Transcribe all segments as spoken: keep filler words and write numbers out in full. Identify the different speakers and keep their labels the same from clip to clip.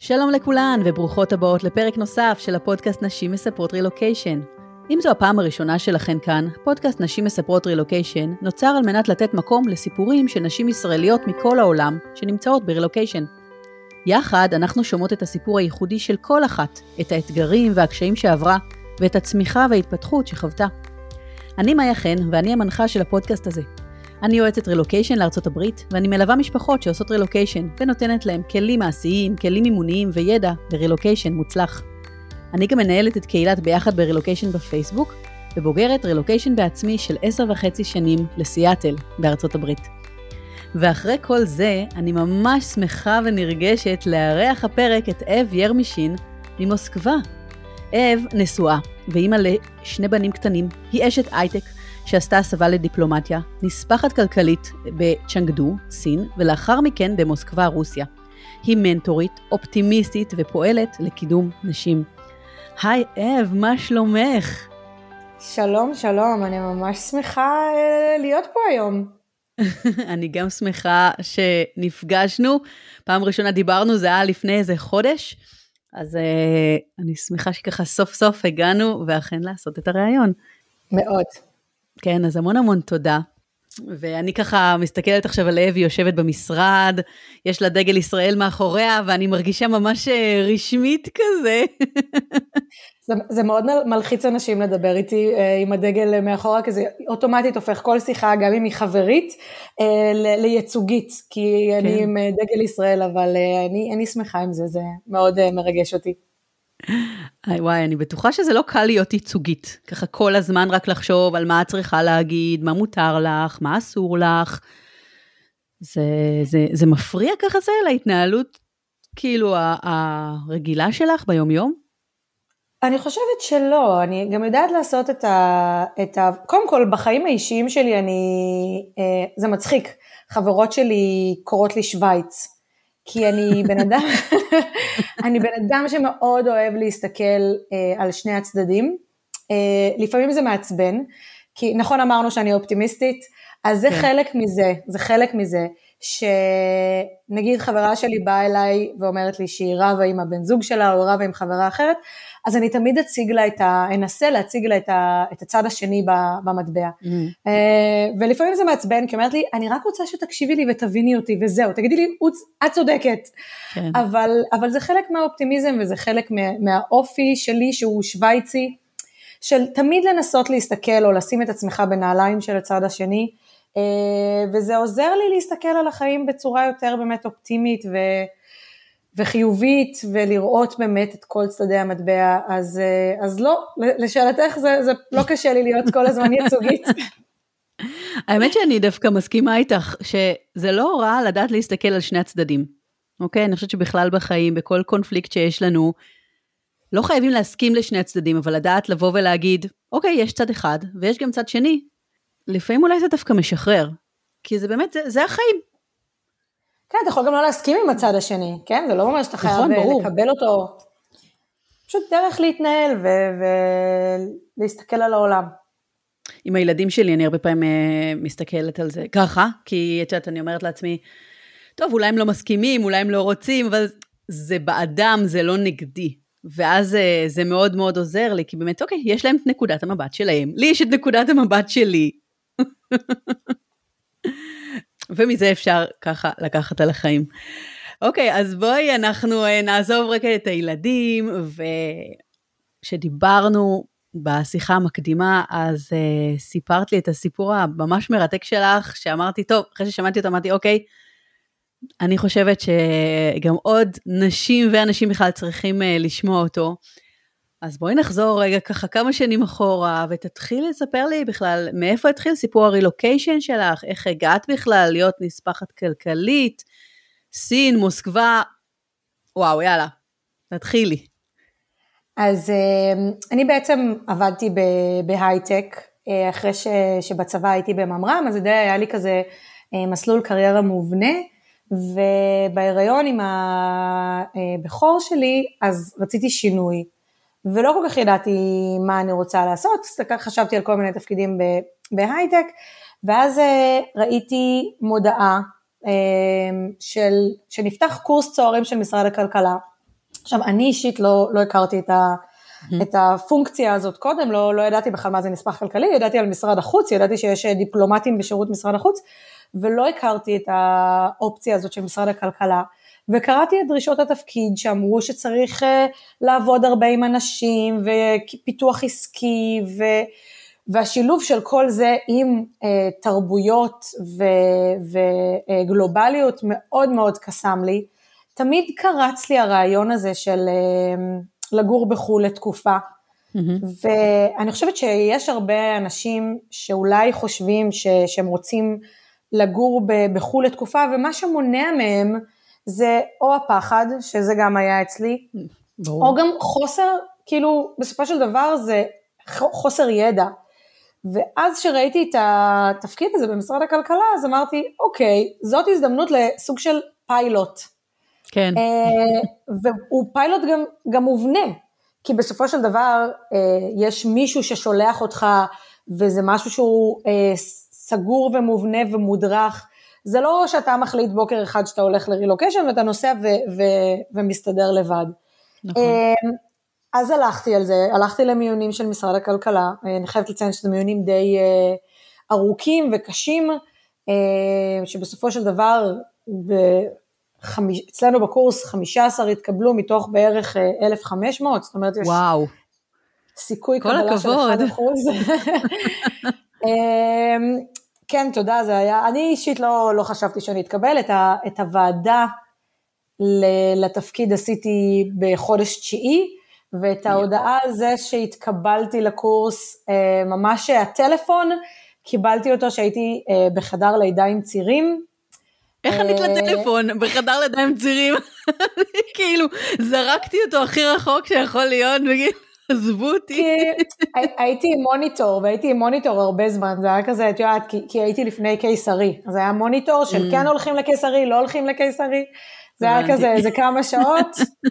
Speaker 1: שלום לכולן וברוכות הבאות לפרק נוסף של הפודקאסט נשים מספרות רילוקיישן. אם זו הפעם הראשונה שלכן כאן, פודקאסט נשים מספרות רילוקיישן נוצר על מנת לתת מקום לסיפורים של נשים ישראליות מכל העולם שנמצאות ברילוקיישן. יחד אנחנו שומעות את הסיפור הייחודי של כל אחת, את האתגרים והקשיים שעברה ואת הצמיחה וההתפתחות שחוותה. אני מאיה חן ואני המנחה של הפודקאסט הזה. אני יועצת רילוקיישן לארצות הברית, ואני מלווה משפחות שעושות רילוקיישן, ונותנת להם כלים מעשיים, כלים מימוניים וידע ברילוקיישן מוצלח. אני גם מנהלת את קהילת ביחד ברילוקיישן בפייסבוק, ובוגרת רילוקיישן בעצמי של עשר וחצי שנים לסיאטל בארצות הברית. ואחרי כל זה, אני ממש שמחה ונרגשת לארח הפרק את אב ירמישין ממוסקבה. אב נשואה, ואימא לשני בנים קטנים, היא אשת הייטק, שעשתה הסבה לדיפלומטיה, נספחת כלכלית בצ'נגדו, סין, ולאחר מכן במוסקבה, רוסיה. היא מנטורית, אופטימיסטית ופועלת לקידום נשים. היי אב, מה שלומך?
Speaker 2: שלום, שלום, אני ממש שמחה להיות פה היום.
Speaker 1: אני גם שמחה שנפגשנו. פעם ראשונה דיברנו, זה היה לפני איזה חודש, אז אני שמחה שככה סוף סוף הגענו, ואכן לעשות את הרעיון.
Speaker 2: מאוד.
Speaker 1: כן, אז המון המון תודה. ואני ככה מסתכלת עכשיו על אבי, יושבת במשרד, יש לה דגל ישראל מאחוריה, ואני מרגישה ממש רשמית כזה.
Speaker 2: זה, זה מאוד מלחיץ אנשים לדבר איתי עם הדגל מאחורה, כי זה אוטומטית הופך כל שיחה, גם אם היא חברית, לייצוגית, כי כן. אני עם דגל ישראל, אבל אני, אני שמחה עם זה, זה מאוד מרגש אותי.
Speaker 1: איי וואי, אני בטוחה שזה לא קל להיות ייצוגית, ככה כל הזמן רק לחשוב על מה את צריכה להגיד, מה מותר לך, מה אסור לך, זה, זה, זה מפריע ככה זה להתנהלות, כאילו הרגילה שלך ביום יום?
Speaker 2: אני חושבת שלא, אני גם יודעת לעשות את ה... את ה... קודם כל, בחיים האישיים שלי, אני, זה מצחיק, חברות שלי קוראות לי שוויץ, כי אני בן אדם, אני בן אדם שמאוד אוהב להסתכל אה, על שני הצדדים, אה, לפעמים זה מעצבן, כי נכון אמרנו שאני אופטימיסטית, אז זה כן. חלק מזה, זה חלק מזה, שנגיד חברה שלי באה אליי ואומרת לי שהיא רבה עם הבן זוג שלה, או רבה עם חברה אחרת, אז אני תמיד אציג לה את ה... אנסה להציג לה את, ה, את הצד השני במטבע. Mm-hmm. ולפעמים זה מעצבן, כי אומרת לי, אני רק רוצה שתקשיבי לי ותביני אותי, וזהו, תגידי לי, את צודקת. כן. אבל, אבל זה חלק מהאופטימיזם, וזה חלק מה, מהאופי שלי, שהוא שוויצי, של תמיד לנסות להסתכל, או לשים את עצמך בנעליים של הצד השני, וזה עוזר לי להסתכל על החיים בצורה יותר באמת אופטימית, ו... וחיובית, ולראות באמת את כל צדדי המטבע, אז, אז לא, לשאלתך זה, זה לא קשה לי להיות כל הזמן ייצוגית.
Speaker 1: האמת שאני דווקא מסכימה איתך, שזה לא רע לדעת להסתכל על שני הצדדים, אוקיי? אני חושבת שבכלל בחיים, בכל קונפליקט שיש לנו, לא חייבים להסכים לשני הצדדים, אבל לדעת לבוא ולהגיד, אוקיי, יש צד אחד, ויש גם צד שני, לפעמים אולי זה דווקא משחרר, כי זה באמת, זה, זה החיים.
Speaker 2: כן, אתה יכול גם לא להסכים עם הצד השני, כן? זה לא ממש שאתה חייב לקבל אותו. פשוט דרך להתנהל ולהסתכל על העולם.
Speaker 1: עם הילדים שלי, אני הרבה פעמים מסתכלת על זה ככה, כי את יודעת, אני אומרת לעצמי, טוב, אולי הם לא מסכימים, אולי הם לא רוצים, אבל זה באדם, זה לא נגדי. ואז זה מאוד מאוד עוזר לי, כי באמת, אוקיי, יש להם את נקודת המבט שלהם, לי יש את נקודת המבט שלי. ומזה אפשר ככה לקחת על החיים. אוקיי, אז בואי אנחנו נעזוב רגע את הילדים, ושדיברנו בשיחה המקדימה, אז uh, סיפרת לי את הסיפור הממש מרתק שלך, שאמרתי, טוב, אחרי ששמעתי אותו, אמרתי, אוקיי, אני חושבת שגם עוד נשים ואנשים בכלל צריכים uh, לשמוע אותו, אז בואי נחזור רגע ככה כמה שנים אחורה, ותתחיל לספר לי בכלל, מאיפה התחיל סיפור הרילוקיישן שלך, איך הגעת בכלל להיות נספחת כלכלית, סין, מוסקבה, וואו, יאללה, תתחילי.
Speaker 2: אז אני בעצם עבדתי בהייטק, אחרי שבצבא הייתי בממר"ם, אז זה היה לי כזה מסלול קריירה מובנה, ובהיריון עם הבכור שלי, אז רציתי שינוי, ולא כל כך ידעתי מה אני רוצה לעשות, חשבתי על כל מיני תפקידים בהייטק, ואז ראיתי מודעה של, שנפתח קורס צוערים של משרד הכלכלה, עכשיו, אני אישית לא, לא הכרתי את, ה, mm-hmm. את הפונקציה הזאת קודם, לא, לא ידעתי בכלל מה זה נספח כלכלי, ידעתי על משרד החוץ, ידעתי שיש דיפלומטים בשירות משרד החוץ, ולא הכרתי את האופציה הזאת של משרד הכלכלה, וקראתי את דרישות התפקיד שאמרו שצריך uh, לעבוד הרבה עם אנשים, ופיתוח עסקי, ו... והשילוב של כל זה עם uh, תרבויות ו- וגלובליות מאוד מאוד קסם לי, תמיד קרץ לי הרעיון הזה של uh, לגור בחו"ל לתקופה, mm-hmm. ואני חושבת שיש הרבה אנשים שאולי חושבים ש- שהם רוצים לגור ב- בחו"ל לתקופה, ומה שמונע מהם זה או הפחד, שזה גם היה אצלי, ברור. או גם חוסר, כאילו בסופו של דבר זה חוסר ידע, ואז שראיתי את התפקיד הזה במשרד הכלכלה, אז אמרתי, אוקיי, זאת הזדמנות לסוג של פיילוט.
Speaker 1: כן.
Speaker 2: והוא פיילוט גם, גם מובנה, כי בסופו של דבר, יש מישהו ששולח אותך, וזה משהו שהוא סגור ומובנה ומודרך, זה לא שאתה מחליט בוקר אחד שאתה הולך לרילוקיישן, ואתה נוסע ו- ו- ומסתדר לבד. נכון. אז הלכתי על זה, הלכתי למיונים של משרד הכלכלה, אני חייבת לציין שזה מיונים די uh, ארוכים וקשים, uh, שבסופו של דבר, בחמיש, אצלנו בקורס חמישה עשר התקבלו מתוך בערך אלף וחמש מאות, זאת אומרת יש
Speaker 1: וואו.
Speaker 2: סיכוי קבלה של אחד אחוז. כן, תודה, זה היה, אני אישית לא, לא חשבתי שאני אתקבל, את, ה, את הוועדה לתפקיד עשיתי בחודש תשיעי, ואת ההודעה על זה שהתקבלתי לקורס, ממש הטלפון, קיבלתי אותו שהייתי בחדר לידה עם צירים.
Speaker 1: איך ענית לטלפון בחדר לידה עם צירים? כאילו, זרקתי אותו הכי רחוק שיכול להיות, וגיד, עזבו אותי.
Speaker 2: הייתי עם מוניטור, והייתי עם מוניטור הרבה זמן, זה היה כזה, את יודעת, כי הייתי לפני קיסרי, אז היה מוניטור של כן הולכים לקיסרי, לא הולכים לקיסרי, זה היה כזה, זה כמה שעות,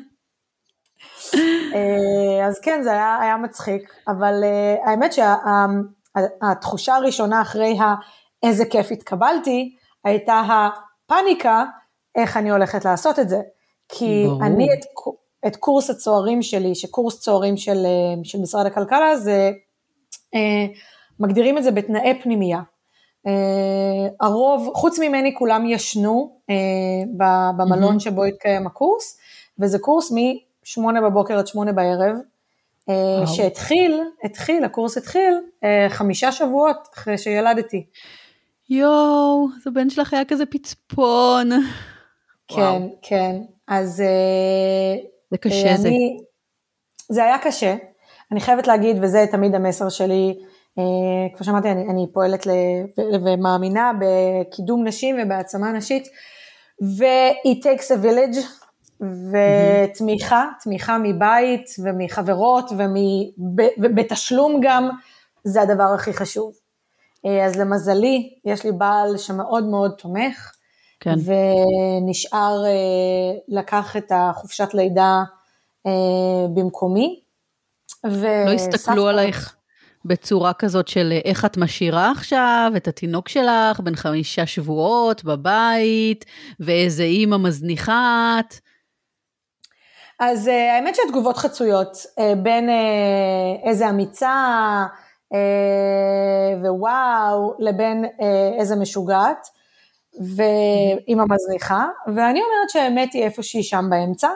Speaker 2: אז כן, זה היה, היה מצחיק, אבל האמת שהתחושה הראשונה אחרי איזה כיף התקבלתי, הייתה הפאניקה, איך אני הולכת לעשות את זה, כי ברור. אני את, את קורס הצוערים שלי, שקורס צוערים של, של משרד הכלכלה, זה, מגדירים את זה בתנאי פנימייה, הרוב, חוץ ממני כולם ישנו, במלון שבו התקיים הקורס, וזה קורס מ... שמונה בבוקר עד שמונה בערב, שהתחיל, התחיל, הקורס התחיל, חמישה שבועות אחרי שילדתי.
Speaker 1: יואו, זה בן שלך היה כזה פצפון.
Speaker 2: כן, כן, אז...
Speaker 1: זה קשה זה.
Speaker 2: זה היה קשה, אני חייבת להגיד, וזה תמיד המסר שלי, כמו שאמרתי, אני, אני פועלת ומאמינה בקידום נשים ובהעצמה נשית, ו-it takes a village, ותמיכה, תמיכה מבית ומחברות ובתשלום גם, זה הדבר הכי חשוב. אז למזלי, יש לי בעל שמאוד מאוד תומך, כן. ונשאר לקח את החופשת לידה במקומי.
Speaker 1: לא הסתכלו עלייך בצורה כזאת של איך את משאירה עכשיו את התינוק שלך בין חמישה שבועות בבית, ואיזה אימא מזניחה את?
Speaker 2: אז האמת שהתגובות חצויות, בין איזה אמיצה ווואו, לבין איזה משוגעת, ואמא מזניחה, ואני אומרת שהאמת היא איפושהי שם באמצע.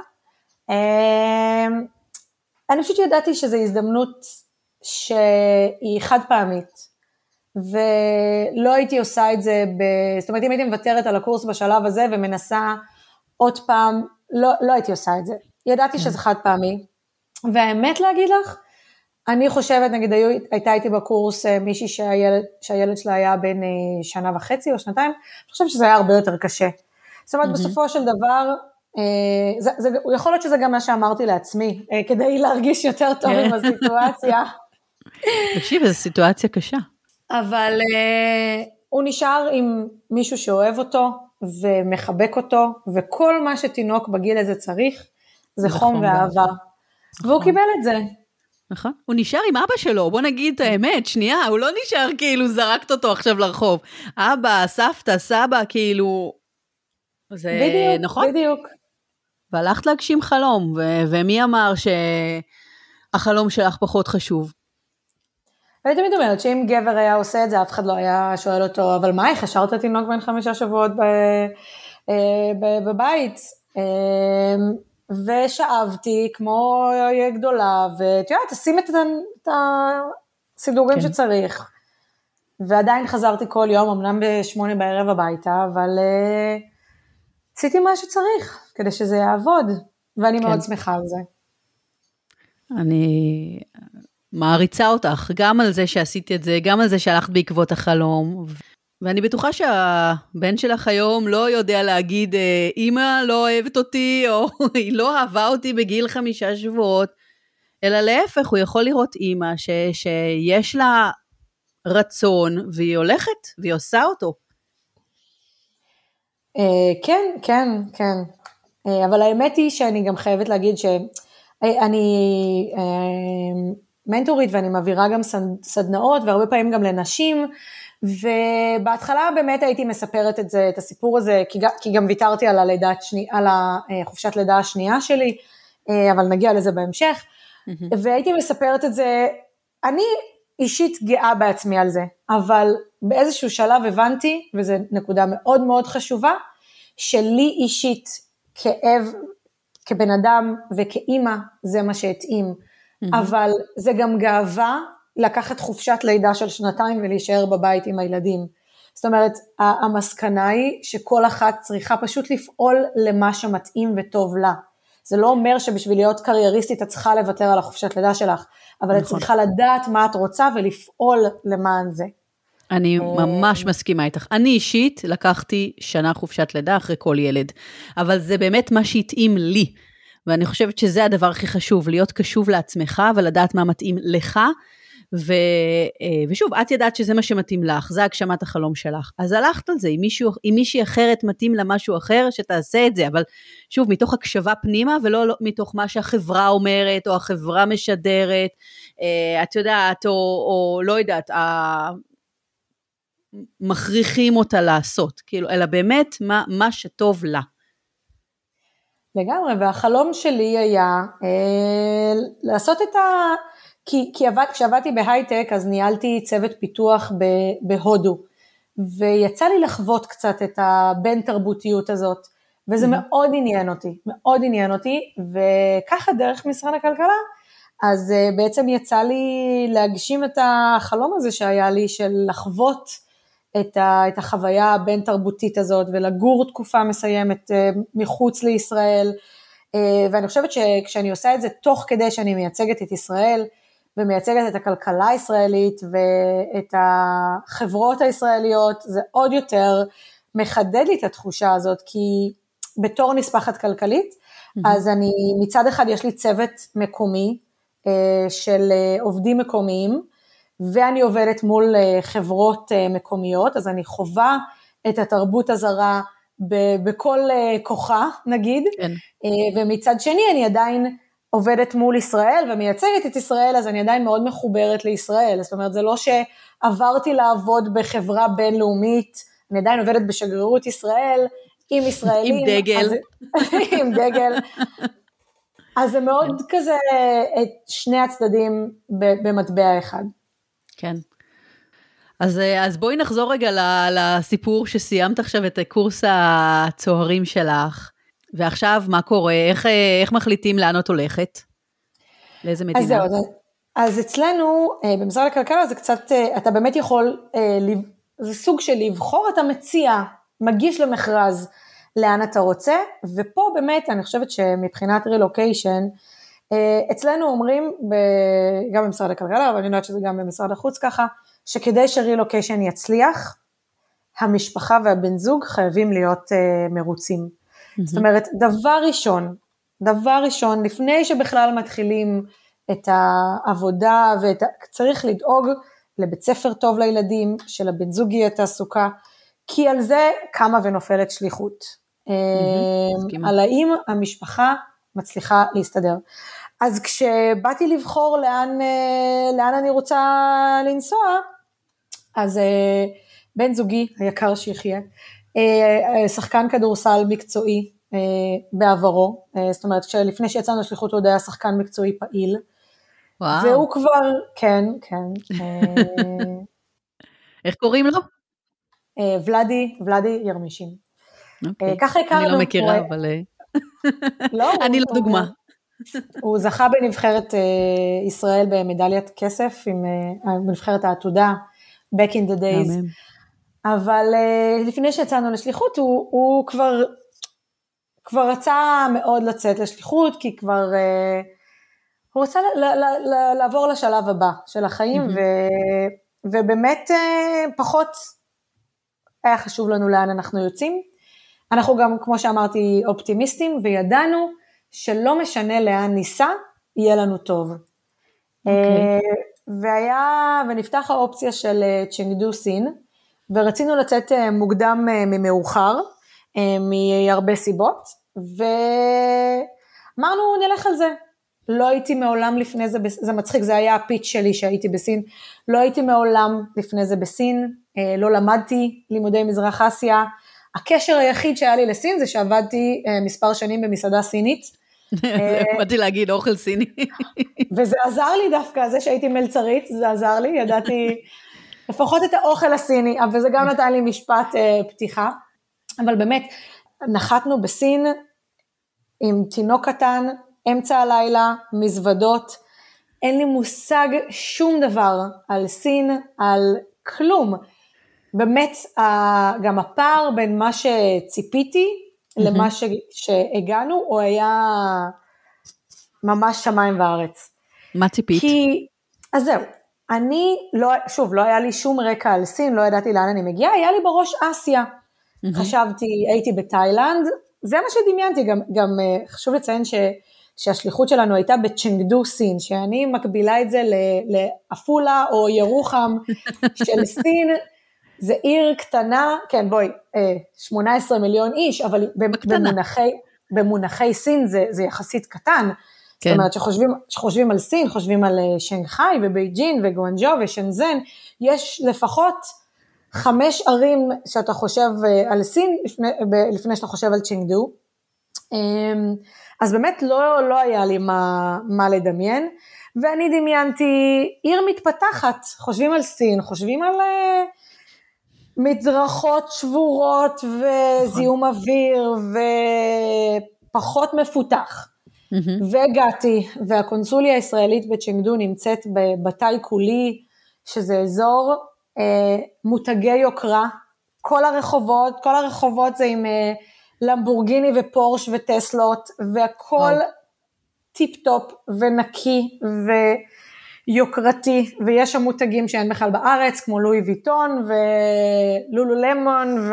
Speaker 2: אני פשוט ידעתי שזו הזדמנות שהיא חד פעמית, ולא הייתי עושה את זה, ב... זאת אומרת אם הייתי מוותרת על הקורס בשלב הזה, ומנסה עוד פעם, לא, לא הייתי עושה את זה. ידעתי שזה חד פעמי, והאמת להגיד לך, אני חושבת, נגיד, הייתה איתי בקורס מישהי שהילד, שהילד שלה היה בין שנה וחצי או שנתיים, אני חושבת שזה היה הרבה יותר קשה. זאת אומרת, בסופו של דבר, זה, זה, הוא יכול להיות שזה גם מה שאמרתי לעצמי, כדי להרגיש יותר טוב עם הסיטואציה.
Speaker 1: תקשיב, זו סיטואציה קשה.
Speaker 2: אבל הוא נשאר עם מישהו שאוהב אותו, ומחבק אותו, וכל מה שתינוק בגיל הזה צריך, זה חום ואהבה. והוא קיבל את זה.
Speaker 1: נכון. הוא נשאר עם אבא שלו, בוא נגיד את האמת, שנייה, הוא לא נשאר כאילו זרקת אותו עכשיו לרחוב. אבא, סבתא, סבא, כאילו... זה
Speaker 2: בדיוק,
Speaker 1: נכון?
Speaker 2: בדיוק.
Speaker 1: והלכת להגשים חלום, ו- ומי אמר שהחלום שלך פחות חשוב?
Speaker 2: אני תמיד אומרת שאם גבר היה עושה את זה, אף אחד לא היה שואל אותו, אבל מה, איך השארת תינוק בן חמישה שבועות בבית? ושאבתי כמו גדולה, ואתה יודע, תשים את הסידורים שצריך, ועדיין חזרתי כל יום, אמנם בשמונה בערב הביתה, אבל עשיתי מה שצריך, כדי שזה יעבוד, ואני מאוד שמחה על זה.
Speaker 1: אני מעריצה אותך, גם על זה שעשיתי את זה, גם על זה שהלכת בעקבות החלום, ואני בטוחה שהבן שלך היום לא יודע להגיד, אמא לא אוהבת אותי, או היא לא אהבה אותי בגיל חמישה שבועות, אלא להפך, הוא יכול לראות אמא ש, שיש לה רצון, והיא הולכת, והיא עושה אותו.
Speaker 2: כן, כן, כן. אבל האמת היא שאני גם חייבת להגיד שאני מנטורית, ואני מעבירה גם סדנאות, והרבה פעמים גם לנשים, ובהתחלה באמת הייתי מספרת את זה, את הסיפור הזה, כי גם, כי גם ויתרתי על הלידה, על החופשת לידה השנייה שלי, אבל נגיע לזה בהמשך, mm-hmm. והייתי מספרת את זה, אני אישית גאה בעצמי על זה, אבל באיזשהו שלב הבנתי, וזו נקודה מאוד מאוד חשובה, שלי אישית כאב, כבן אדם וכאימא, זה מה שהתאים, mm-hmm. אבל זה גם גאווה, לקחת חופשת לידה של שנתיים ולהישאר בבית עם הילדים. זאת אומרת, המסקנה היא שכל אחת צריכה פשוט לפעול למה שמתאים וטוב לה. זה לא אומר שבשביל להיות קרייריסטית את צריכה לוותר על החופשת לידה שלך, אבל נכון. את צריכה לדעת מה את רוצה ולפעול למען זה.
Speaker 1: אני ממש מסכימה איתך. אני אישית לקחתי שנה חופשת לידה אחרי כל ילד, אבל זה באמת מה שהתאים לי, ואני חושבת שזה הדבר הכי חשוב, להיות קשוב לעצמך ולדעת מה מתאים לך, ו, ושוב, את ידעת שזה מה שמתאים לך, זה הגשמת החלום שלך, אז הלכת על זה, אם, מישהו, אם מישהי אחרת מתאים לה משהו אחר, שתעשה את זה, אבל שוב, מתוך הקשבה פנימה, ולא לא, מתוך מה שהחברה אומרת, או החברה משדרת, את יודעת, או, או לא יודעת, מכריחים אותה לעשות, כאילו, אלא באמת מה, מה שטוב לה.
Speaker 2: לגמרי, והחלום שלי היה אה, לעשות את ה... כי, כי עבד, כשעבדתי בהייטק, אז ניהלתי צוות פיתוח ב, בהודו, ויצא לי לחוות קצת את הבין תרבותיות הזאת, וזה mm-hmm. מאוד עניין אותי, מאוד עניין אותי, וככה דרך משרד הכלכלה, אז uh, בעצם יצא לי להגשים את החלום הזה שהיה לי, של לחוות את, ה, את החוויה הבין תרבותית הזאת, ולגור תקופה מסוימת uh, מחוץ לישראל, uh, ואני חושבת שכשאני עושה את זה, תוך כדי שאני מייצגת את ישראל, ומייצגת את הכלכלה הישראלית, ואת החברות הישראליות, זה עוד יותר מחדד לי את התחושה הזאת, כי בתור נספחת כלכלית, mm-hmm. אז אני, מצד אחד יש לי צוות מקומי, של עובדים מקומיים, ואני עובדת מול חברות מקומיות, אז אני חווה את התרבות הזרה, בכל כוחה, נגיד, כן. ומצד שני אני עדיין, עובדת מול ישראל ומייצגת את ישראל, אז אני עדיין מאוד מחוברת לישראל, זאת אומרת, זה לא שעברתי לעבוד בחברה בינלאומית, אני עדיין עובדת בשגרירות ישראל, עם ישראלים.
Speaker 1: עם דגל.
Speaker 2: אז, עם דגל. אז זה מאוד כן. כזה, את שני הצדדים במטבע אחד.
Speaker 1: כן. אז, אז בואי נחזור רגע לסיפור שסיימת עכשיו את קורס הצוהרים שלך, ועכשיו מה קורה? איך, איך מחליטים לאן את הולכת? לאיזה מדינה?
Speaker 2: אז זהו, אז אצלנו, במשרד הכלכלה, זה קצת, אתה באמת יכול, זה סוג של לבחור, אתה מציע, מגיש למכרז, לאן אתה רוצה, ופה באמת, אני חושבת שמבחינת רילוקיישן, אצלנו אומרים, גם במשרד הכלכלה, אבל אני יודעת שזה גם במשרד החוץ ככה, שכדי שרילוקיישן יצליח, המשפחה והבן זוג חייבים להיות מרוצים. זאת אומרת, דבר ראשון, דבר ראשון, לפני שבכלל מתחילים את העבודה, וצריך לדאוג לבית ספר טוב לילדים, של הבן זוג יהיה תעסוקה, כי על זה קמה ונופלת שליחות. על האם המשפחה מצליחה להסתדר. אז כשבאתי לבחור לאן, לאן אני רוצה לנסוע, אז בן זוגי, היקר שיחיה, שחקן כדורסל מקצועי, בעברו, זאת אומרת, לפני שיצאנו לשליחות הוא היה שחקן מקצועי פעיל,
Speaker 1: וואו.
Speaker 2: והוא כבר, כן, כן.
Speaker 1: איך קוראים לו?
Speaker 2: ולדי, ולדי ירמישין.
Speaker 1: אוקיי.
Speaker 2: ככה הכרנו.
Speaker 1: אני לא מכירה, אבל... אני לא דוגמה.
Speaker 2: הוא זכה בנבחרת ישראל במדליית כסף, בנבחרת העתודה, back in the days. אבל לפני שיצאנו לשליחות, הוא כבר, כבר רצה מאוד לצאת לשליחות, כי כבר, הוא רצה לעבור לשלב הבא של החיים, ובאמת פחות היה חשוב לנו לאן אנחנו יוצאים. אנחנו גם, כמו שאמרתי, אופטימיסטים, וידענו שלא משנה לאן ניסע, יהיה לנו טוב. Okay. והיה, ונפתח האופציה של צ'נגדו סין, ורצינו לצאת מוקדם ממאוחר, מהרבה סיבות, ואמרנו נלך על זה. לא הייתי מעולם לפני זה, זה מצחיק, זה היה הפיץ' שלי שהייתי בסין, לא הייתי מעולם לפני זה בסין, לא למדתי לימודי מזרח אסיה, הקשר היחיד שהיה לי לסין זה שעבדתי מספר שנים במסעדה סינית.
Speaker 1: זה באתי להגיד אוכל סיני.
Speaker 2: וזה עזר לי דווקא, זה שהייתי מלצרית, זה עזר לי, ידעתי לפחות את האוכל הסיני, אבל זה גם נתן לי משפט פתיחה, אבל באמת נחתנו בסין עם תינוק קטן, אמצע הלילה, מזוודות, אין לי מושג שום דבר על סין, על כלום, באמת גם הפער בין מה שציפיתי למה שהגענו, הוא היה ממש שמיים וארץ.
Speaker 1: מה ציפית?
Speaker 2: כי, אז זהו, אני, לא, שוב, לא היה לי שום רקע על סין, לא ידעתי לאן אני מגיעה, היה לי בראש אסיה. חשבתי, הייתי בתאילנד, זה מה שדמיינתי, גם, גם חשוב לציין ש, שהשליחות שלנו הייתה בצ'נגדו סין, שאני מקבילה את זה לאפולה או ירוחם של סין, זה עיר קטנה, כן בואי, שמונה עשרה מיליון איש, אבל במונחי, במונחי סין זה, זה יחסית קטן, כן. זאת אומרת שחושבים, שחושבים על סין, חושבים על שנגחאי ובייג'ין וגואנג'ו ושנזן, יש לפחות חמש ערים שאתה חושב על סין, לפני, לפני שאתה חושב על צ'נגדו, אז באמת לא, לא היה לי מה, מה לדמיין, ואני דמיינתי עיר מתפתחת, חושבים על סין, חושבים על מדרכות שבורות וזיהום אוויר ופחות מפותח. והגעתי, והקונסוליה הישראלית בצ'נגדו נמצאת בבתי קולי, שזה אזור מותגי יוקרה, כל הרחובות, כל הרחובות זה עם למבורגיני ופורש וטסלות, והכל טיפ-טופ ונקי ויוקרתי, ויש שם מותגים שאין בכלל בארץ, כמו לואי ויטון ולולו למון,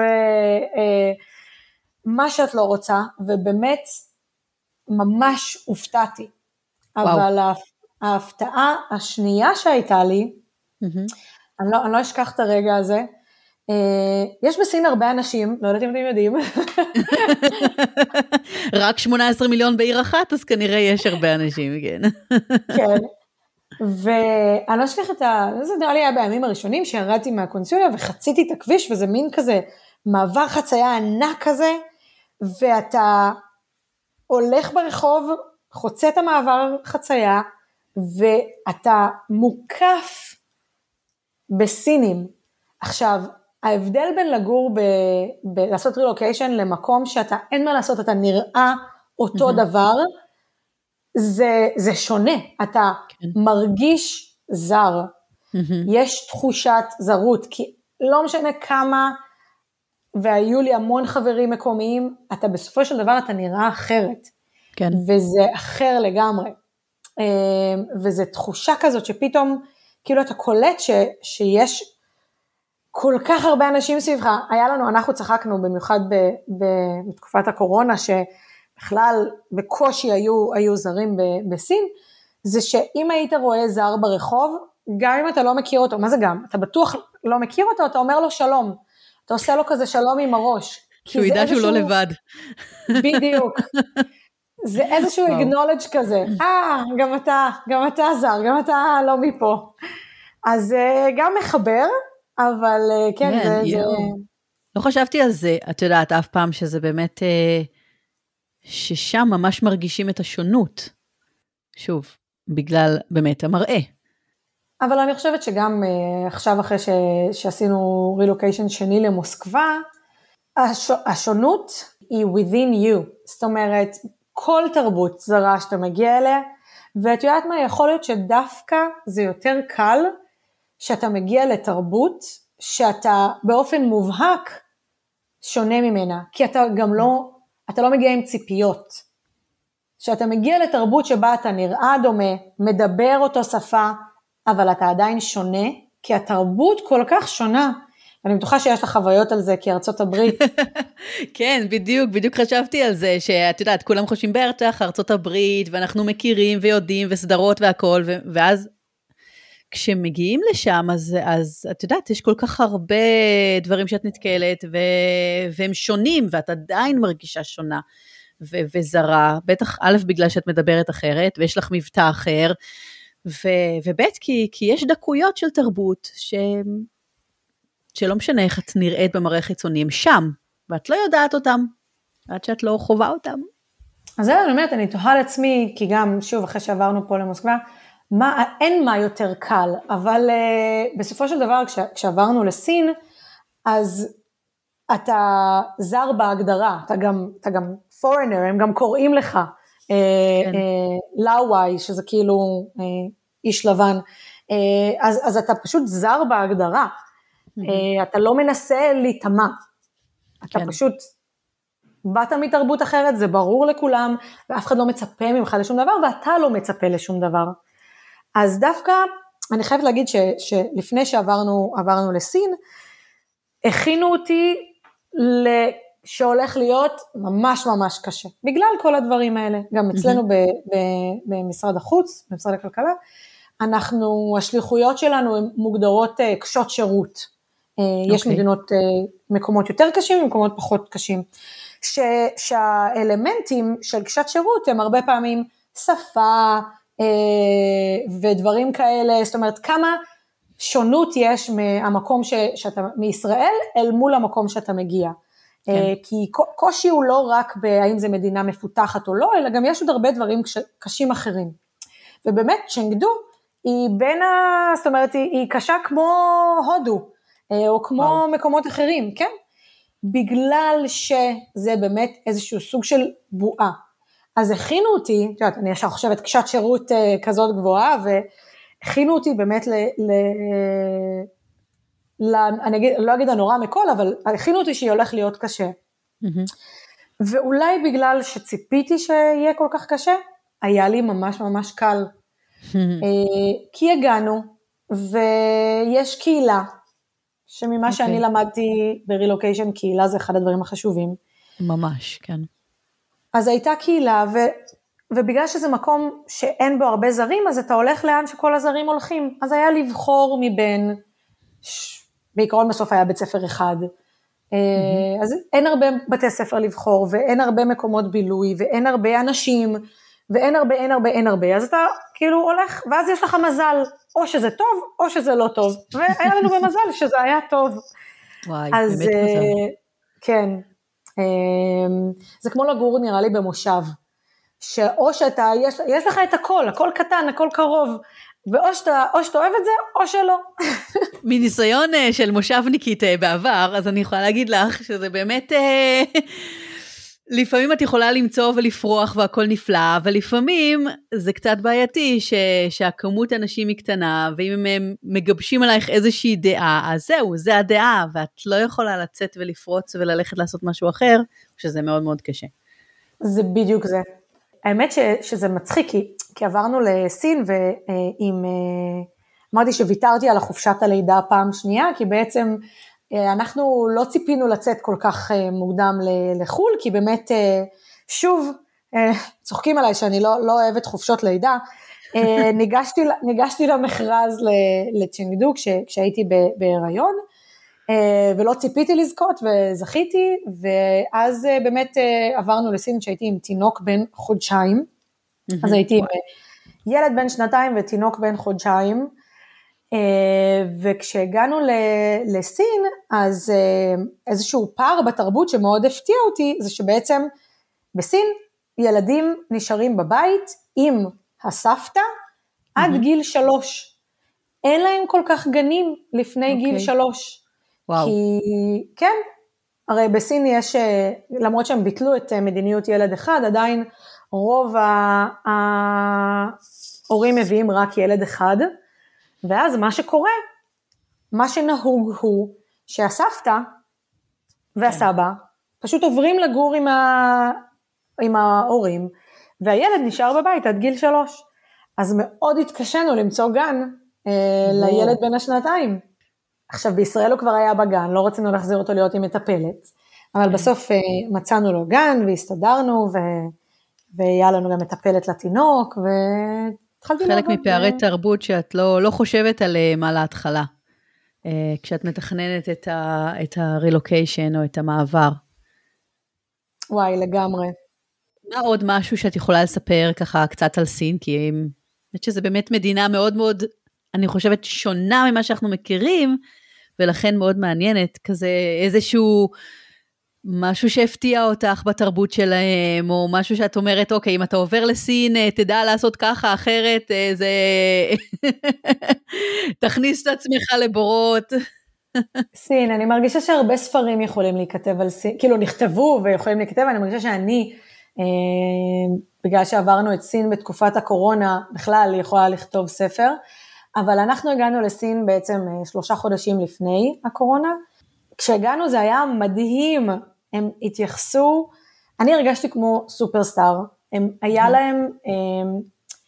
Speaker 2: ומה שאת לא רוצה, ובאמת ממש הופתעתי. וואו. אבל ההפתעה השנייה שהייתה לי, אני לא, אני לא אשכח את הרגע הזה, יש בסין הרבה אנשים, לא יודעת אם אתם יודעים.
Speaker 1: רק שמונה עשרה מיליון בעיר אחת, אז כנראה יש הרבה אנשים, כן.
Speaker 2: כן, ואני לא אשכח את ה... זה נראה לי היה בימים הראשונים, שירדתי מהקונסוליה וחציתי את הכביש, וזה מין כזה מעבר חצייה ענק כזה, ואתה הולך ברחוב, חוצה את המעבר חצייה, ואתה מוקף בסינים. עכשיו, ההבדל בין לגור, ב, ב, לעשות רילוקיישן למקום שאתה, אין מה לעשות, אתה נראה אותו mm-hmm. דבר, זה, זה שונה, אתה כן. מרגיש זר, mm-hmm. יש תחושת זרות, כי לא משנה כמה, והיו לי המון חברים מקומיים, אתה בסופו של דבר אתה נראה אחרת, כן. וזה אחר לגמרי, וזה תחושה כזאת שפתאום, כאילו אתה קולט ש, שיש, כל כך הרבה אנשים סביבך, היה לנו, אנחנו צחקנו במיוחד ב, ב, בתקופת הקורונה, שבכלל בקושי היו, היו זרים ב, בסין, זה שאם היית רואה זר ברחוב, גם אם אתה לא מכיר אותו, מה זה גם? אתה בטוח לא מכיר אותו, אתה אומר לו שלום, אתה עושה לו כזה שלום עם הראש.
Speaker 1: שהוא ידע שהוא לא לבד.
Speaker 2: בדיוק. זה איזשהו acknowledge כזה, אה, גם אתה, גם אתה זר, גם אתה לא מפה. אז גם מחבר, אבל כן, זה, זה...
Speaker 1: לא חשבתי על זה, את יודעת, אף פעם שזה באמת ששם ממש מרגישים את השונות. שוב, בגלל באמת המראה.
Speaker 2: אבל אני חושבת שגם uh, עכשיו אחרי ש, שעשינו רילוקיישן שני למוסקבה, הש, השונות היא within you, זאת אומרת, כל תרבות זרה שאתה מגיע אליה, ואת יודעת מה, יכול להיות שדווקא זה יותר קל, שאתה מגיע לתרבות, שאתה באופן מובהק שונה ממנה, כי אתה גם לא, אתה לא מגיע עם ציפיות, שאתה מגיע לתרבות שבה אתה נראה דומה, מדבר אותו שפה, אבל אתה עדיין שונה, כי התרבות כל כך שונה, אני בטוחה שיש לך חוויות על זה, כי ארצות הברית.
Speaker 1: כן, בדיוק, בדיוק חשבתי על זה, שאת יודעת, כולם חושבים בטח, ארצות הברית, ואנחנו מכירים ויודעים, וסדרות והכל, ואז כשמגיעים לשם, אז, אז את יודעת, יש כל כך הרבה דברים שאת נתקלת, ו, והם שונים, ואת עדיין מרגישה שונה, ו, וזרה, בטח א' בגלל שאת מדברת אחרת, ויש לך מבטא אחר, ו, וב' כי, כי יש דקויות של תרבות, ש, שלא משנה איך את נראית במראה חיצוני, הם שם, ואת לא יודעת אותם, עד שאת לא חובה אותם.
Speaker 2: אז אני אומרת, אני תוהה לעצמי, כי גם, שוב, אחרי שעברנו פה למוסקבה, מה, אין מה יותר קל, אבל uh, בסופו של דבר, כש, כשעברנו לסין, אז אתה זר בהגדרה, אתה גם, אתה גם foreigner, הם גם קוראים לך, כן. uh, uh, לאוואי, שזה כאילו uh, איש לבן, uh, אז, אז אתה פשוט זר בהגדרה, mm-hmm. uh, אתה לא מנסה להתאמה, אתה כן. פשוט באת מתרבות אחרת, זה ברור לכולם, ואף אחד לא מצפה ממך לשום דבר, ואתה לא מצפה לשום דבר. אז דווקא, אני חייבת להגיד ש, שלפני שעברנו עברנו לסין, הכינו אותי שהולך להיות ממש ממש קשה, בגלל כל הדברים האלה, גם אצלנו ב, ב, במשרד החוץ, במשרד הכלכלה, אנחנו, השליחויות שלנו הן מוגדרות קשות שירות, יש okay. מדינות, מקומות יותר קשים ומקומות פחות קשים, ש, שהאלמנטים של קשת שירות הם הרבה פעמים שפה, ודברים כאלה, זאת אומרת, כמה שונות יש מהמקום ש, שאתה, מישראל, אל מול המקום שאתה מגיע. כן. כי קושי הוא לא רק בהאם זה מדינה מפותחת או לא, אלא גם יש עוד הרבה דברים קשים אחרים. ובאמת, צ'נגדו היא בין ה... זאת אומרת, היא, היא קשה כמו הודו, או כמו וואו. מקומות אחרים, כן? בגלל שזה באמת איזשהו סוג של בועה. אז הכינו אותי, תיודעת, אני ישר חושבת קשת שירות כזאת גבוהה, והכינו אותי באמת ל... ל... ל אני אגיד, לא אגיד הנורא מכל, אבל הכינו אותי שהיא הולך להיות קשה. Mm-hmm. ואולי בגלל שציפיתי שיהיה כל כך קשה, היה לי ממש ממש קל. Mm-hmm. כי הגענו, ויש קהילה, שממה okay. שאני למדתי ברילוקיישן, קהילה זה אחד הדברים החשובים.
Speaker 1: ממש, כן. אז
Speaker 2: הייתה קהילה, ו, ובגלל שזה מקום שאין בו הרבה זרים, אז אתה הולך לאן שכל הזרים הולכים. אז היה לבחור מבין, ש... בעיקרון בסוף היה בית ספר אחד, mm-hmm. אז אין הרבה בתי ספר לבחור, ואין הרבה מקומות בילוי, ואין הרבה אנשים, ואין הרבה, אין הרבה, אין הרבה. אז אתה כאילו הולך, ואז יש לך מזל, או שזה טוב, או שזה לא טוב. והיה לנו במזל שזה היה טוב.
Speaker 1: וואי,
Speaker 2: אז,
Speaker 1: באמת מזל.
Speaker 2: כן. זה כמו לגור נראה לי במושב, שאו שאתה, יש, יש לך את הכל, הכל קטן, הכל קרוב, ואו שאתה, או שאתה אוהב את זה, או שלא.
Speaker 1: מניסיון של מושבניקית בעבר, אז אני יכולה להגיד לך שזה באמת, לפעמים את יכולה למצוא ולפרוח והכל נפלא, אבל לפעמים זה קצת בעייתי ש, שהכמות אנשים היא קטנה, ואם הם מגבשים עלייך איזושהי דעה, אז זהו, זה הדעה, ואת לא יכולה לצאת ולפרוץ וללכת לעשות משהו אחר, שזה מאוד מאוד קשה.
Speaker 2: זה בדיוק זה. האמת ש, שזה מצחיק, כי, כי עברנו לסין, ועם, אמרתי שוויתרתי על החופשת הלידה פעם שנייה, כי בעצם אנחנו לא ציפינו לצאת כל כך מוקדם לחול, כי באמת, שוב, צוחקים עליי שאני לא, לא אוהבת חופשות לידה, ניגשתי, ניגשתי למכרז לצ'נגדו כש, כשהייתי בהיריון, ולא ציפיתי לזכות וזכיתי, ואז באמת עברנו לסין שהייתי עם תינוק בן חודשיים, אז הייתי עם ילד בן שנתיים ותינוק בן חודשיים, וכשהגענו לסין, אז איזשהו פער בתרבות שמאוד הפתיע אותי, זה שבעצם בסין ילדים נשארים בבית עם הסבתא עד mm-hmm. גיל שלוש. אין להם כל כך גנים לפני okay. גיל שלוש. וואו. כי, כן, הרי בסין יש, למרות שהם ביטלו את מדיניות ילד אחד, עדיין רוב ההורים מביאים רק ילד אחד, ואז מה שקורה, מה שנהוג הוא שהסבתא והסבא פשוט עוברים לגור עם, ה... עם ההורים, והילד נשאר בבית עד גיל שלוש. אז מאוד התקשנו למצוא גן אה, לילד בין השנתיים. עכשיו בישראל הוא כבר היה בגן, לא רצינו להחזיר אותו להיות עם מטפלת, אבל בסוף אה, מצאנו לו גן והסתדרנו, ו... והיה לנו גם מטפלת לתינוק, והתחלתי
Speaker 1: חלק מפערי ו... תרבות שאת לא, לא חושבת עליהם על ההתחלה, אה, כשאת מתכננת את ה, את הרילוקיישן או את המעבר.
Speaker 2: וואי, לגמרי.
Speaker 1: מה עוד משהו שאת יכולה לספר ככה קצת על סין, כי אני חושבת שזה באמת מדינה מאוד מאוד, אני חושבת שונה ממה שאנחנו מכירים, ולכן מאוד מעניינת, כזה איזשהו משהו שהפתיע אותך בתרבות שלהם, או משהו שאת אומרת, אוקיי, אם אתה עובר לסין, תדע לעשות ככה, אחרת, זה... תכניס את עצמך לבורות.
Speaker 2: סין, אני מרגישה שהרבה ספרים יכולים להיכתב על סין, כאילו נכתבו ויכולים להיכתב, אני מרגישה שאני, אה, בגלל שעברנו את סין בתקופת הקורונה, בכלל יכולה לכתוב ספר, אבל אנחנו הגענו לסין בעצם שלושה חודשים לפני הקורונה, כשהגענו זה היה מדהים, הם התייחסו, אני הרגשתי כמו סופרסטאר, הם, היה להם, הם,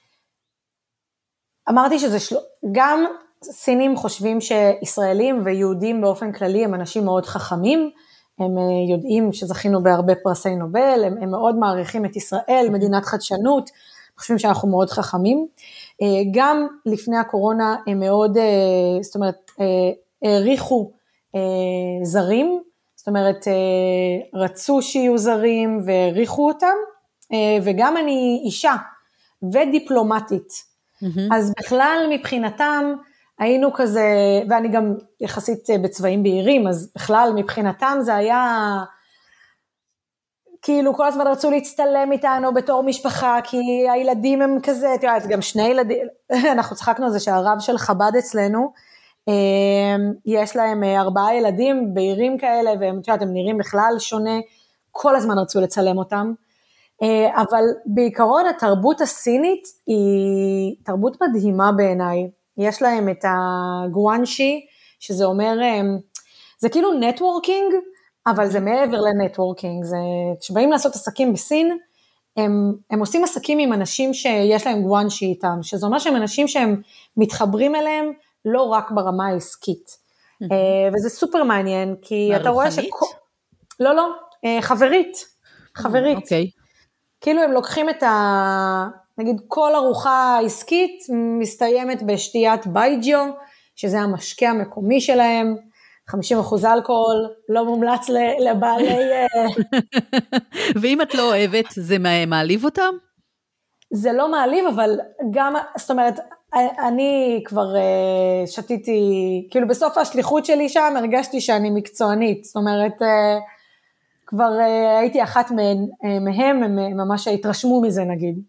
Speaker 2: אמרתי שזה של... גם סינים חושבים שישראלים ויהודים באופן כללי הם אנשים מאוד חכמים, הם יודעים שזכינו בהרבה פרסי נובל, הם, הם מאוד מעריכים את ישראל, מדינת חדשנות, חושבים שאנחנו מאוד חכמים, גם לפני הקורונה הם מאוד, זאת אומרת, העריכו זרים, זאת אומרת, רצו שיהיו זרים והעריכו אותם, וגם אני אישה ודיפלומטית, mm-hmm. אז בכלל מבחינתם היינו כזה, ואני גם יחסית בצבעים בהירים, אז בכלל מבחינתם זה היה, כאילו כל הזמן רצו להצטלם איתנו בתור משפחה, כי הילדים הם כזה, תראה, גם שני ילדים, אנחנו צחקנו על זה שהרב של חב"ד אצלנו, יש להם ארבעה ילדים בהירים כאלה, והם תראה, הם נראים בכלל שונה, כל הזמן רצו לצלם אותם, אבל בעיקרון התרבות הסינית היא תרבות מדהימה בעיניי, יש להם את הגואנשי, שזה אומר, זה כאילו נטוורקינג, אבל זה מעבר לנטוורקינג, זה, כשבאים לעשות עסקים בסין, הם, הם עושים עסקים עם אנשים שיש להם גואנשי איתם, שזה אומר שהם אנשים שהם מתחברים אליהם, לא רק ברמה העסקית, וזה סופר מעניין, כי אתה רואה ש... לא, לא, חברית, חברית,
Speaker 1: אוקיי.
Speaker 2: כאילו הם לוקחים את ה... נגיד כל ארוחה עסקית מסתיימת בשתיית בייג'יו, שזה המשקה המקומי שלהם, חמישים אחוז אלכוהול, לא מומלץ לבעלי...
Speaker 1: ואם את לא אוהבת, זה מעליב אותם?
Speaker 2: זה לא מעליב, אבל גם, זאת אומרת, אני כבר שתיתי, כאילו בסוף השליחות שלי שם, הרגשתי שאני מקצוענית, זאת אומרת, כבר הייתי אחת מהם, הם ממש התרשמו מזה נגיד.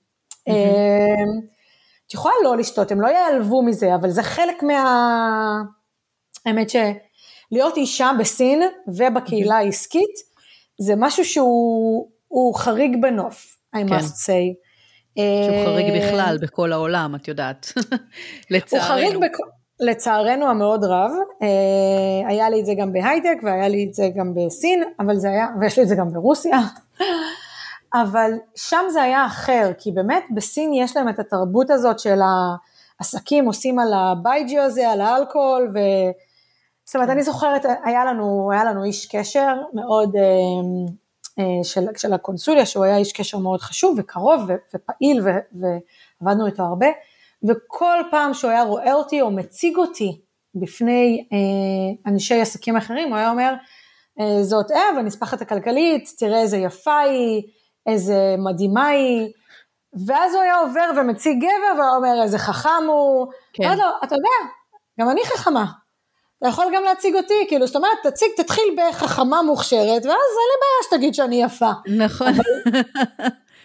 Speaker 2: את יכולה לא לשתות, הם לא יעלבו מזה, אבל זה חלק מה... האמת שלהיות אישה בסין ובקהילה העסקית, זה משהו שהוא חריג בנוף, I must say.
Speaker 1: שהוא חריג בכלל בכל העולם, את יודעת. לצערנו. הוא חריג
Speaker 2: לצערנו המאוד רב, היה לי את זה גם בהייטק, והיה לי את זה גם בסין, אבל זה היה, ויש לי את זה גם ברוסיה, אבל שם זה היה אחר, כי באמת בסין יש להם את התרבות הזאת של העסקים עושים על הבייג'יו הזה, על האלכוהול, ו... זאת אומרת, אני זוכרת, היה לנו, היה לנו איש קשר מאוד, של, של הקונסוליה, שהוא היה איש קשר מאוד חשוב וקרוב ופעיל, ו, ועבדנו איתו הרבה, וכל פעם שהוא היה רואה אותי או מציג אותי בפני אנשי עסקים אחרים, הוא היה אומר, זאת אב, הנספחת הכלכלית, תראה איזה יפה היא, איזה מדהימה היא, ואז הוא היה עובר ומציג גבר, והוא אומר איזה חכם הוא, כן. לו, אתה יודע, גם אני חכמה, אתה יכול גם להציג אותי, כאילו, זאת אומרת, תציג, תתחיל בחכמה מוכשרת, ואז אין לי בעיה שתגיד שאני יפה.
Speaker 1: נכון.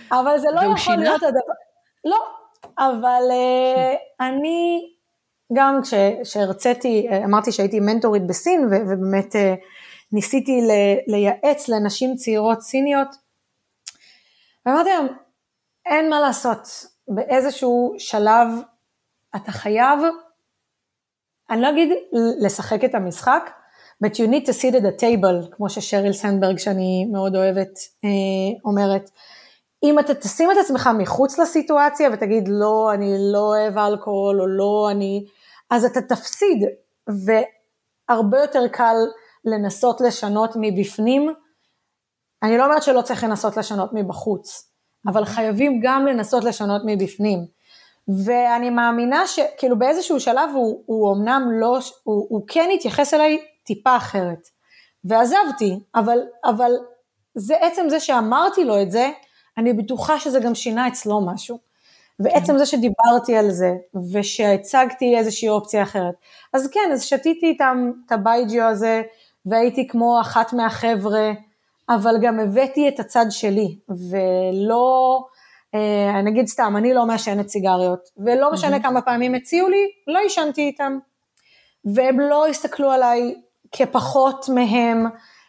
Speaker 2: אבל זה לא יכול להיות הדבר, לא, אבל אני גם כשהרציתי, אמרתי שהייתי מנטורית בסין, ובאמת ניסיתי לייעץ לנשים צעירות סיניות, ואמרתי להם, אין מה לעשות, באיזשהו שלב אתה חייב, אני לא אגיד לשחק את המשחק, but you need to sit at the table, כמו ששריל סנדברג שאני מאוד אוהבת אומרת, אם אתה תשים את עצמך מחוץ לסיטואציה ותגיד לא, אני לא אוהב אלכוהול או לא, אני, אז אתה תפסיד, והרבה יותר קל לנסות לשנות מבפנים, אני לא אומרת שלא צריך לנסות לשנות מבחוץ, אבל חייבים גם לנסות לשנות מבפנים, ואני מאמינה שכאילו באיזשהו שלב הוא, הוא אמנם לא, הוא, הוא כן התייחס אליי טיפה אחרת, ועזבתי, אבל, אבל זה עצם זה שאמרתי לו את זה, אני בטוחה שזה גם שינה אצלו משהו, ועצם זה שדיברתי על זה, ושהצגתי איזושהי אופציה אחרת, אז כן, אז שתיתי איתם את הבייג'ו הזה, והייתי כמו אחת מהחבר'ה, אבל גם הבאתי את הצד שלי, ולא, אני נגיד סתם, אני לא מעשנת סיגריות, ולא משנה כמה פעמים הציעו לי, לא ישנתי איתם, והם לא הסתכלו עליי כפחות מהם,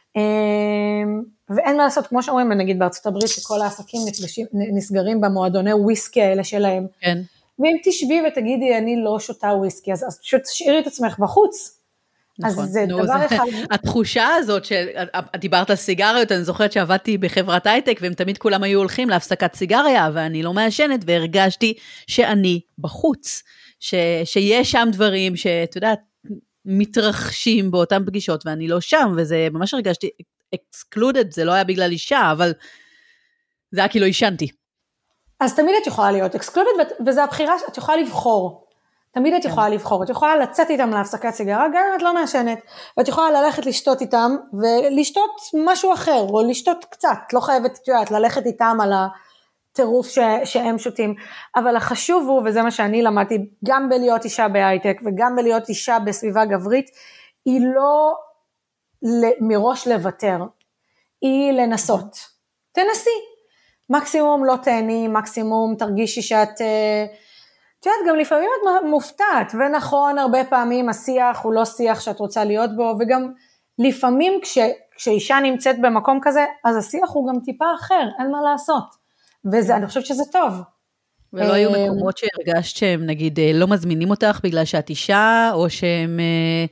Speaker 2: ואין מה לעשות, כמו שאומרים, נגיד בארצות הברית, שכל העסקים נפגשים, נסגרים במועדוני וויסקי האלה שלהם,
Speaker 1: כן.
Speaker 2: ואם תשבי ותגידי, אני לא שותה וויסקי, אז, אז פשוט תשאירי את עצמך בחוץ,
Speaker 1: נכון.
Speaker 2: אז זה
Speaker 1: נו,
Speaker 2: דבר
Speaker 1: זה,
Speaker 2: אחד.
Speaker 1: התחושה הזאת, שדיברת על סיגריות, אני זוכרת שעבדתי בחברת הייטק, והם תמיד כולם היו הולכים להפסקת סיגריה, ואני לא מעשנת, והרגשתי שאני בחוץ, ש, שיש שם דברים שאתה יודעת, מתרחשים באותן פגישות, ואני לא שם, וזה ממש הרגשתי excluded, זה לא היה בגלל אישה, אבל זה היה כי לא ישנתי.
Speaker 2: אז תמיד את יכולה להיות excluded, וזה הבחירה, את יכולה לבחור, תמיד את יכולה לבחור, את יכולה לצאת איתם להפסקת סיגרה, גם אם את לא מעשנת, ואת יכולה ללכת לשתות איתם, ולשתות משהו אחר, או לשתות קצת, לא חייבת תיאת, ללכת איתם על הטירוף ש, שהם שותים, אבל החשוב הוא, וזה מה שאני למדתי, גם בלהיות אישה בהייטק, וגם בלהיות אישה בסביבה גברית, היא לא מראש לוותר, היא לנסות, תנסי, מקסימום לא תהני, מקסימום תרגישי שאת, את יודעת, גם לפעמים את מופתעת, ונכון, הרבה פעמים השיח הוא לא שיח שאת רוצה להיות בו, וגם לפעמים כש, כשאישה נמצאת במקום כזה, אז השיח הוא גם טיפה אחר, אין מה לעשות, וזה, אני חושבת שזה טוב.
Speaker 1: ולא היו מקומות שהרגשת שהם, נגיד, לא מזמינים אותך בגלל שאת אישה, או שהם...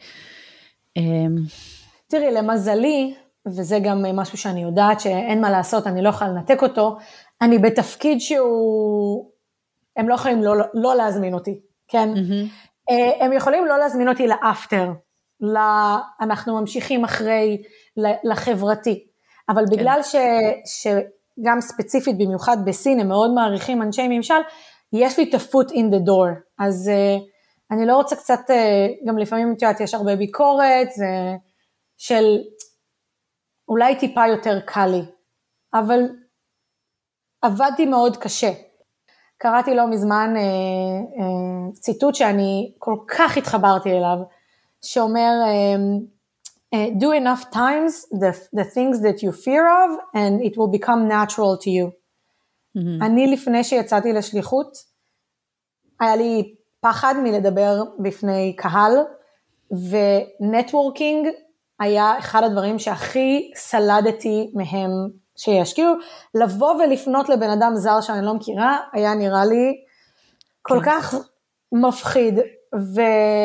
Speaker 2: תראי, למזלי, וזה גם משהו שאני יודעת שאין מה לעשות, אני לא יכולה לנתק אותו, אני בתפקיד שהוא, הם לא יכולים לא, לא להזמין אותי, כן? Mm-hmm. הם יכולים לא להזמין אותי לאפטר, לה, אנחנו ממשיכים אחרי לחברתי, אבל כן. בגלל ש, שגם ספציפית במיוחד בסין, הם מאוד מעריכים אנשי ממשל, יש לי את ה-foot in the door, אז אני לא רוצה קצת, גם לפעמים תיודעת, יש הרבה ביקורת, זה... של אולי טיפה יותר קל לי, אבל עבדתי מאוד קשה. קראתי לא מזמן אה, אה, ציטוט שאני כל כך התחברתי אליו, שאומר, אה, do enough times the, the things that you fear of, and it will become natural to you. Mm-hmm. אני לפני שיצאתי לשליחות, היה לי פחד מלדבר בפני קהל, ונטוורקינג, היה אחד הדברים שהכי סלדתי מהם שיש, כאילו לבוא ולפנות לבן אדם זר שאני לא מכירה, היה נראה לי כל כך מפחיד, ו...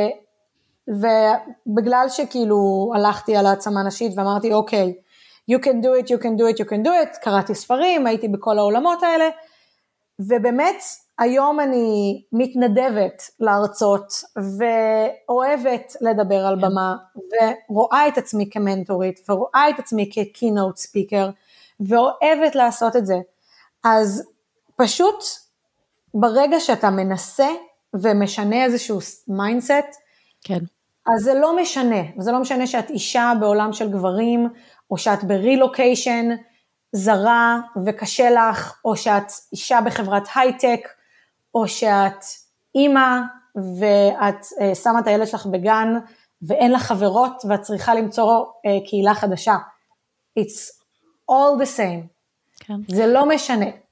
Speaker 2: ובגלל שכאילו הלכתי על העצמה נשית ואמרתי אוקיי, you can do it, you can do it, you can do it, קראתי ספרים, הייתי בכל העולמות האלה, ובאמת היום אני מתנדבת להרצות, ואוהבת לדבר על במה, ורואה את עצמי כמנטורית, ורואה את עצמי כקינוט ספיקר, ואוהבת לעשות את זה. אז פשוט ברגע שאתה מנסה, ומשנה איזשהו מיינדסט,
Speaker 1: כן.
Speaker 2: אז זה לא משנה, וזה לא משנה שאת אישה בעולם של גברים, או שאת ברילוקיישן זרה וקשה לך, או שאת אישה בחברת הייטק, או שאת אימא ואת uh, שמה את הילד שלך בגן, ואין לך חברות, ואת צריכה למצוא uh, קהילה חדשה. It's all the same. כן. זה לא משנה.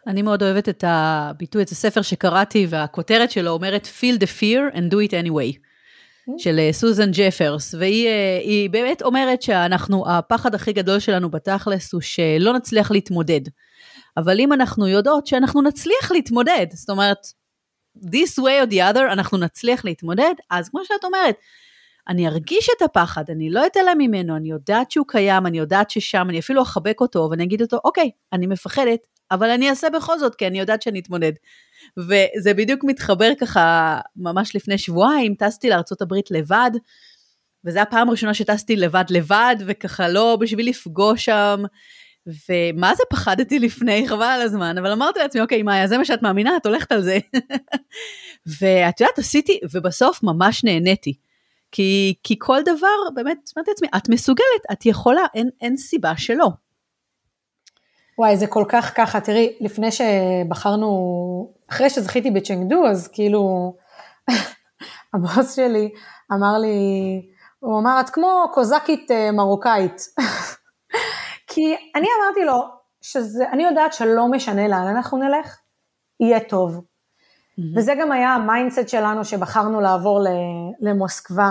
Speaker 1: אני מאוד אוהבת את הביטוי, את הספר שקראתי, והכותרת שלו אומרת, feel the fear and do it anyway, של סוזן ג'פרס, והיא באמת אומרת שאנחנו, הפחד הכי גדול שלנו בתכלס, הוא שלא נצליח להתמודד, אבל אם אנחנו יודעות שאנחנו נצליח להתמודד, זאת אומרת, this way or the other, אנחנו נצליח להתמודד, אז כמו שאת אומרת, אני ארגיש את הפחד, אני לא אתעלם ממנו, אני יודעת שהוא קיים, אני יודעת ששם, אני אפילו אחבק אותו, ואני אגיד אותו, אוקיי, אני מפחדת, אבל אני אעשה בכל זאת, כי אני יודעת שאני אתמודד. וזה בדיוק מתחבר ככה, ממש לפני שבועיים, טסתי לארצות הברית לבד, וזו הפעם הראשונה שטסתי לבד לבד, וככה לא בשביל לפגוש שם, ומה זה פחדתי לפני, חבל על הזמן, אבל אמרתי לעצמי, אוקיי, מאיה, זה מה שאת מאמינה, את הולכת על זה. ואת יודעת, עשיתי, ובסוף ממש נהניתי. כי, כי כל דבר, באמת, שמעתי לעצמי, את מסוגלת, את יכולה, אין, אין סיבה שלא.
Speaker 2: וואי, זה כל כך ככה, תראי, לפני שבחרנו, אחרי שזכיתי בצ'נגדו, אז כאילו, הבוס שלי אמר לי, הוא אמר, את כמו קוזקית מרוקאית. כי אני אמרתי לו, שזה, אני יודעת שלא משנה לאן אנחנו נלך, יהיה טוב. Mm-hmm. וזה גם היה המיינדסט שלנו, שבחרנו לעבור למוסקבה.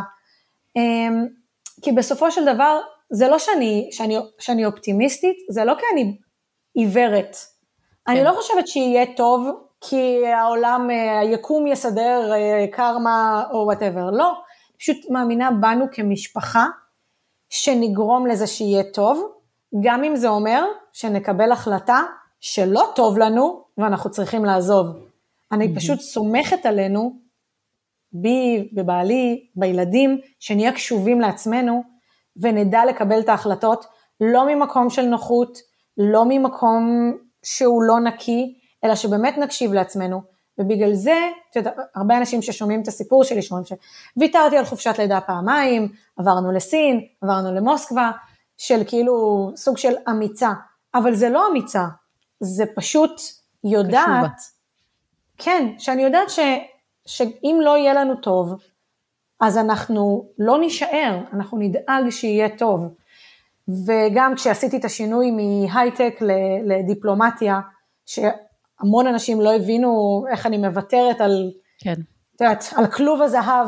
Speaker 2: כי בסופו של דבר, זה לא שאני, שאני, שאני אופטימיסטית, זה לא כי אני עיוורת. כן. אני לא חושבת שיהיה טוב, כי העולם, היקום יסדר, קרמה או whatever. לא, פשוט מאמינה בנו כמשפחה, שנגרום לזה שיהיה טוב, גם אם זה אומר שנקבל החלטה שלא טוב לנו, ואנחנו צריכים לעזוב. אני mm-hmm. פשוט סומכת עלינו, בי, בבעלי, בילדים, שנהיה קשובים לעצמנו, ונדע לקבל את ההחלטות, לא ממקום של נוחות, לא ממקום שהוא לא נקי, אלא שבאמת נקשיב לעצמנו, ובגלל זה, תדע, הרבה אנשים ששומעים את הסיפור שלי, שומעים שוויתרתי על חופשת לידה פעמיים, עברנו לסין, עברנו למוסקבה, של כאילו סוג של אמיצה, אבל זה לא אמיצה, זה פשוט יודעת, קשובה. כן, שאני יודעת ש, שאם לא יהיה לנו טוב, אז אנחנו לא נשאר, אנחנו נדאג שיהיה טוב, וגם כשעשיתי את השינוי מהייטק לדיפלומטיה, שהמון אנשים לא הבינו איך אני מוותרת על, כן. תיודעת, על כלוב הזהב,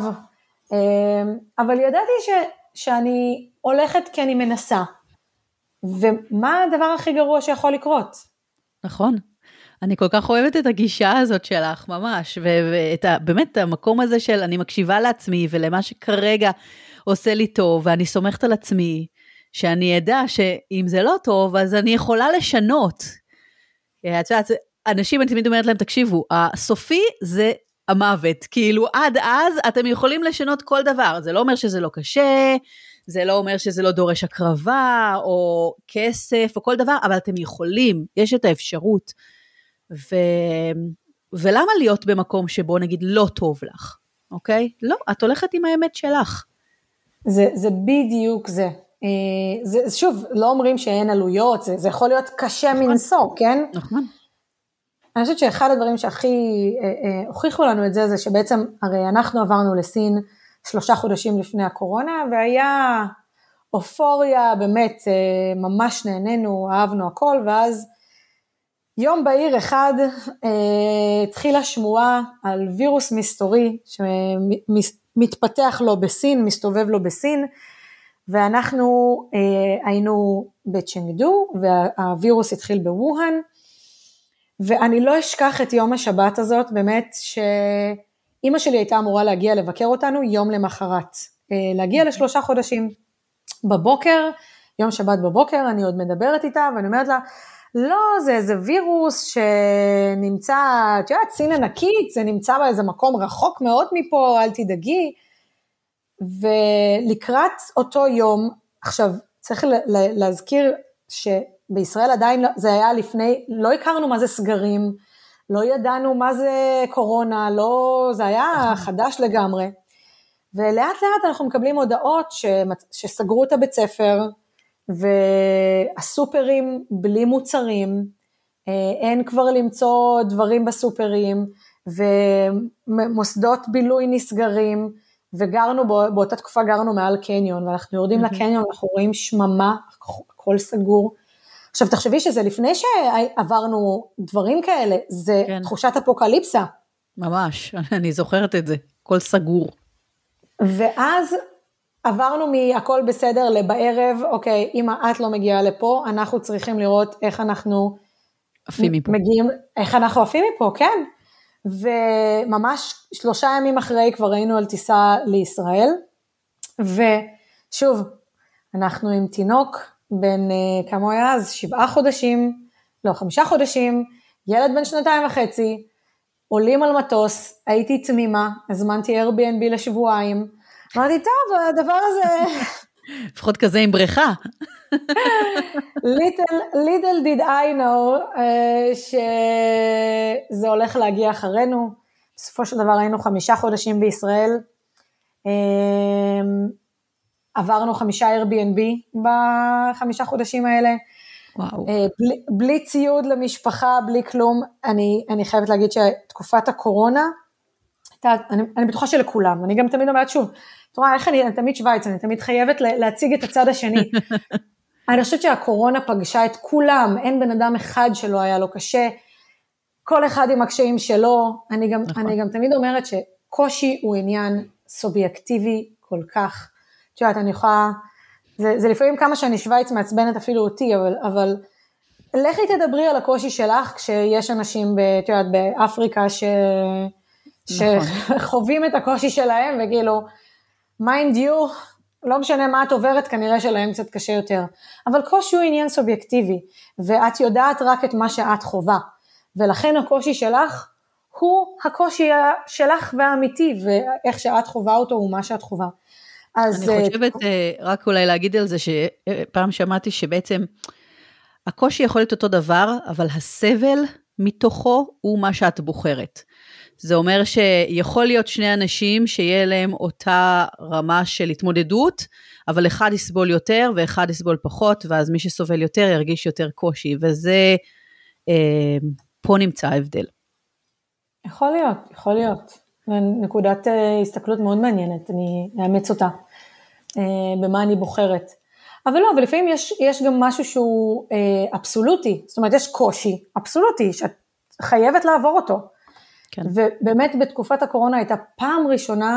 Speaker 2: אבל ידעתי ש, שאני הולכת כי אני מנסה, ומה הדבר הכי גרוע שיכול לקרות?
Speaker 1: נכון, אני כל כך אוהבת את הגישה הזאת שלך, ממש, ובאמת המקום הזה של אני מקשיבה לעצמי, ולמה שכרגע עושה לי טוב, ואני סומכת על עצמי, שאני אדע שאם זה לא טוב, אז אני יכולה לשנות. את יודעת, אנשים, אני תמיד אומרת להם, תקשיבו, הסופי זה המוות, כאילו עד אז אתם יכולים לשנות כל דבר, זה לא אומר שזה לא קשה, זה לא אומר שזה לא דורש הקרבה, או כסף, או כל דבר, אבל אתם יכולים, יש את האפשרות, ו... ולמה להיות במקום שבו נגיד לא טוב לך, אוקיי? לא, את הולכת עם האמת שלך.
Speaker 2: זה, זה בדיוק זה. זה, שוב, לא אומרים שאין עלויות, זה, זה יכול להיות קשה נכון. מנסו, כן?
Speaker 1: נכון.
Speaker 2: אני חושבת שאחד הדברים שהכי אה, אה, הוכיחו לנו את זה, זה שבעצם, הרי אנחנו עברנו לסין שלושה חודשים לפני הקורונה, והיה אופוריה, באמת, אה, ממש נהנינו, אהבנו הכל, ואז יום בהיר אחד, אה, התחילה שמועה על וירוס מסתורי, שמתפתח לו בסין, מסתובב לו בסין, ואנחנו אה, היינו בצ'נגדו, והווירוס התחיל בווהאן, ואני לא אשכח את יום השבת הזאת, באמת שאמא שלי הייתה אמורה להגיע לבקר אותנו יום למחרת, אה, להגיע לשלושה חודשים בבוקר, יום שבת בבוקר, אני עוד מדברת איתה, ואני אומרת לה, לא, זה איזה וירוס שנמצא, את יודעת, סין ענקית, זה נמצא באיזה מקום רחוק מאוד מפה, אל תדאגי, ולקראת אותו יום, עכשיו צריך להזכיר שבישראל עדיין זה היה לפני, לא הכרנו מה זה סגרים, לא ידענו מה זה קורונה, לא, זה היה חדש לגמרי, ולאט לאט אנחנו מקבלים הודעות שסגרו את הבית ספר, והסופרים בלי מוצרים, אין כבר למצוא דברים בסופרים, ומוסדות בילוי נסגרים, וגרנו, באותה תקופה גרנו מעל קניון, ואנחנו יורדים mm-hmm. לקניון, אנחנו רואים שממה, הכל סגור, עכשיו תחשבי שזה לפני שעברנו דברים כאלה, זה כן. תחושת אפוקליפסה.
Speaker 1: ממש, אני זוכרת את זה, הכל סגור.
Speaker 2: ואז עברנו מהכל בסדר לבערב, אוקיי, אם את לא מגיעה לפה, אנחנו צריכים לראות איך אנחנו
Speaker 1: עפים מפה.
Speaker 2: מגיעים, איך אנחנו עפים מפה, כן. וממש שלושה ימים אחרי כבר היינו על טיסה לישראל, ושוב, אנחנו עם תינוק, בין כמה היה אז, שבעה חודשים, לא, חמישה חודשים, ילד בן שנתיים וחצי, עולים על מטוס, הייתי תמימה, הזמנתי Airbnb לשבועיים, אמרתי, טוב, הדבר הזה...
Speaker 1: לפחות כזה עם בריכה.
Speaker 2: little, little did I know, uh, שזה הולך להגיע אחרינו, בסופו של דבר היינו חמישה חודשים בישראל, um, עברנו חמישה Airbnb בחמישה חודשים האלה,
Speaker 1: וואו.
Speaker 2: בלי, בלי ציוד למשפחה, בלי כלום. אני, אני חייבת להגיד שתקופת הקורונה, אני, אני בטוחה שלכולם, אני גם תמיד אומרת שוב, את רואה איך אני, אני תמיד שוויץ, אני תמיד חייבת להציג את הצד השני. אני חושבת שהקורונה פגשה את כולם, אין בן אדם אחד שלא היה לו קשה, כל אחד עם הקשיים שלו, אני גם, נכון. אני גם תמיד אומרת שקושי הוא עניין סובייקטיבי כל כך, את יודעת, אני יכולה, זה, זה לפעמים כמה שאני שוויץ מעצבנת אפילו אותי, אבל, אבל לכי תדברי על הקושי שלך, כשיש אנשים, את יודעת, באפריקה, ש, נכון. שחווים את הקושי שלהם, וכאילו, mind you, לא משנה מה את עוברת, כנראה שלהם קצת קשה יותר, אבל קושי הוא עניין סובייקטיבי, ואת יודעת רק את מה שאת חובה, ולכן הקושי שלך, הוא הקושי שלך והאמיתי, ואיך שאת חובה אותו, הוא מה שאת חובה.
Speaker 1: אז אני חושבת, רק אולי להגיד על זה, שפעם שמעתי שבעצם, הקושי יכול להיות אותו דבר, אבל הסבל מתוכו, הוא מה שאת בוחרת. זה אומר שיכול להיות שני אנשים, שיהיה להם אותה רמה של התמודדות, אבל אחד יסבול יותר, ואחד יסבול פחות, ואז מי שסובל יותר, ירגיש יותר קושי, וזה, אה, פה נמצא ההבדל.
Speaker 2: יכול להיות, יכול להיות. נקודת הסתכלות מאוד מעניינת, אני אאמץ אותה, במה אני בוחרת. אבל לא, אבל לפעמים יש, יש גם משהו שהוא אבסולוטי, זאת אומרת, יש קושי אבסולוטי, שאת חייבת לעבור אותו. כן. ובאמת בתקופת הקורונה הייתה פעם ראשונה,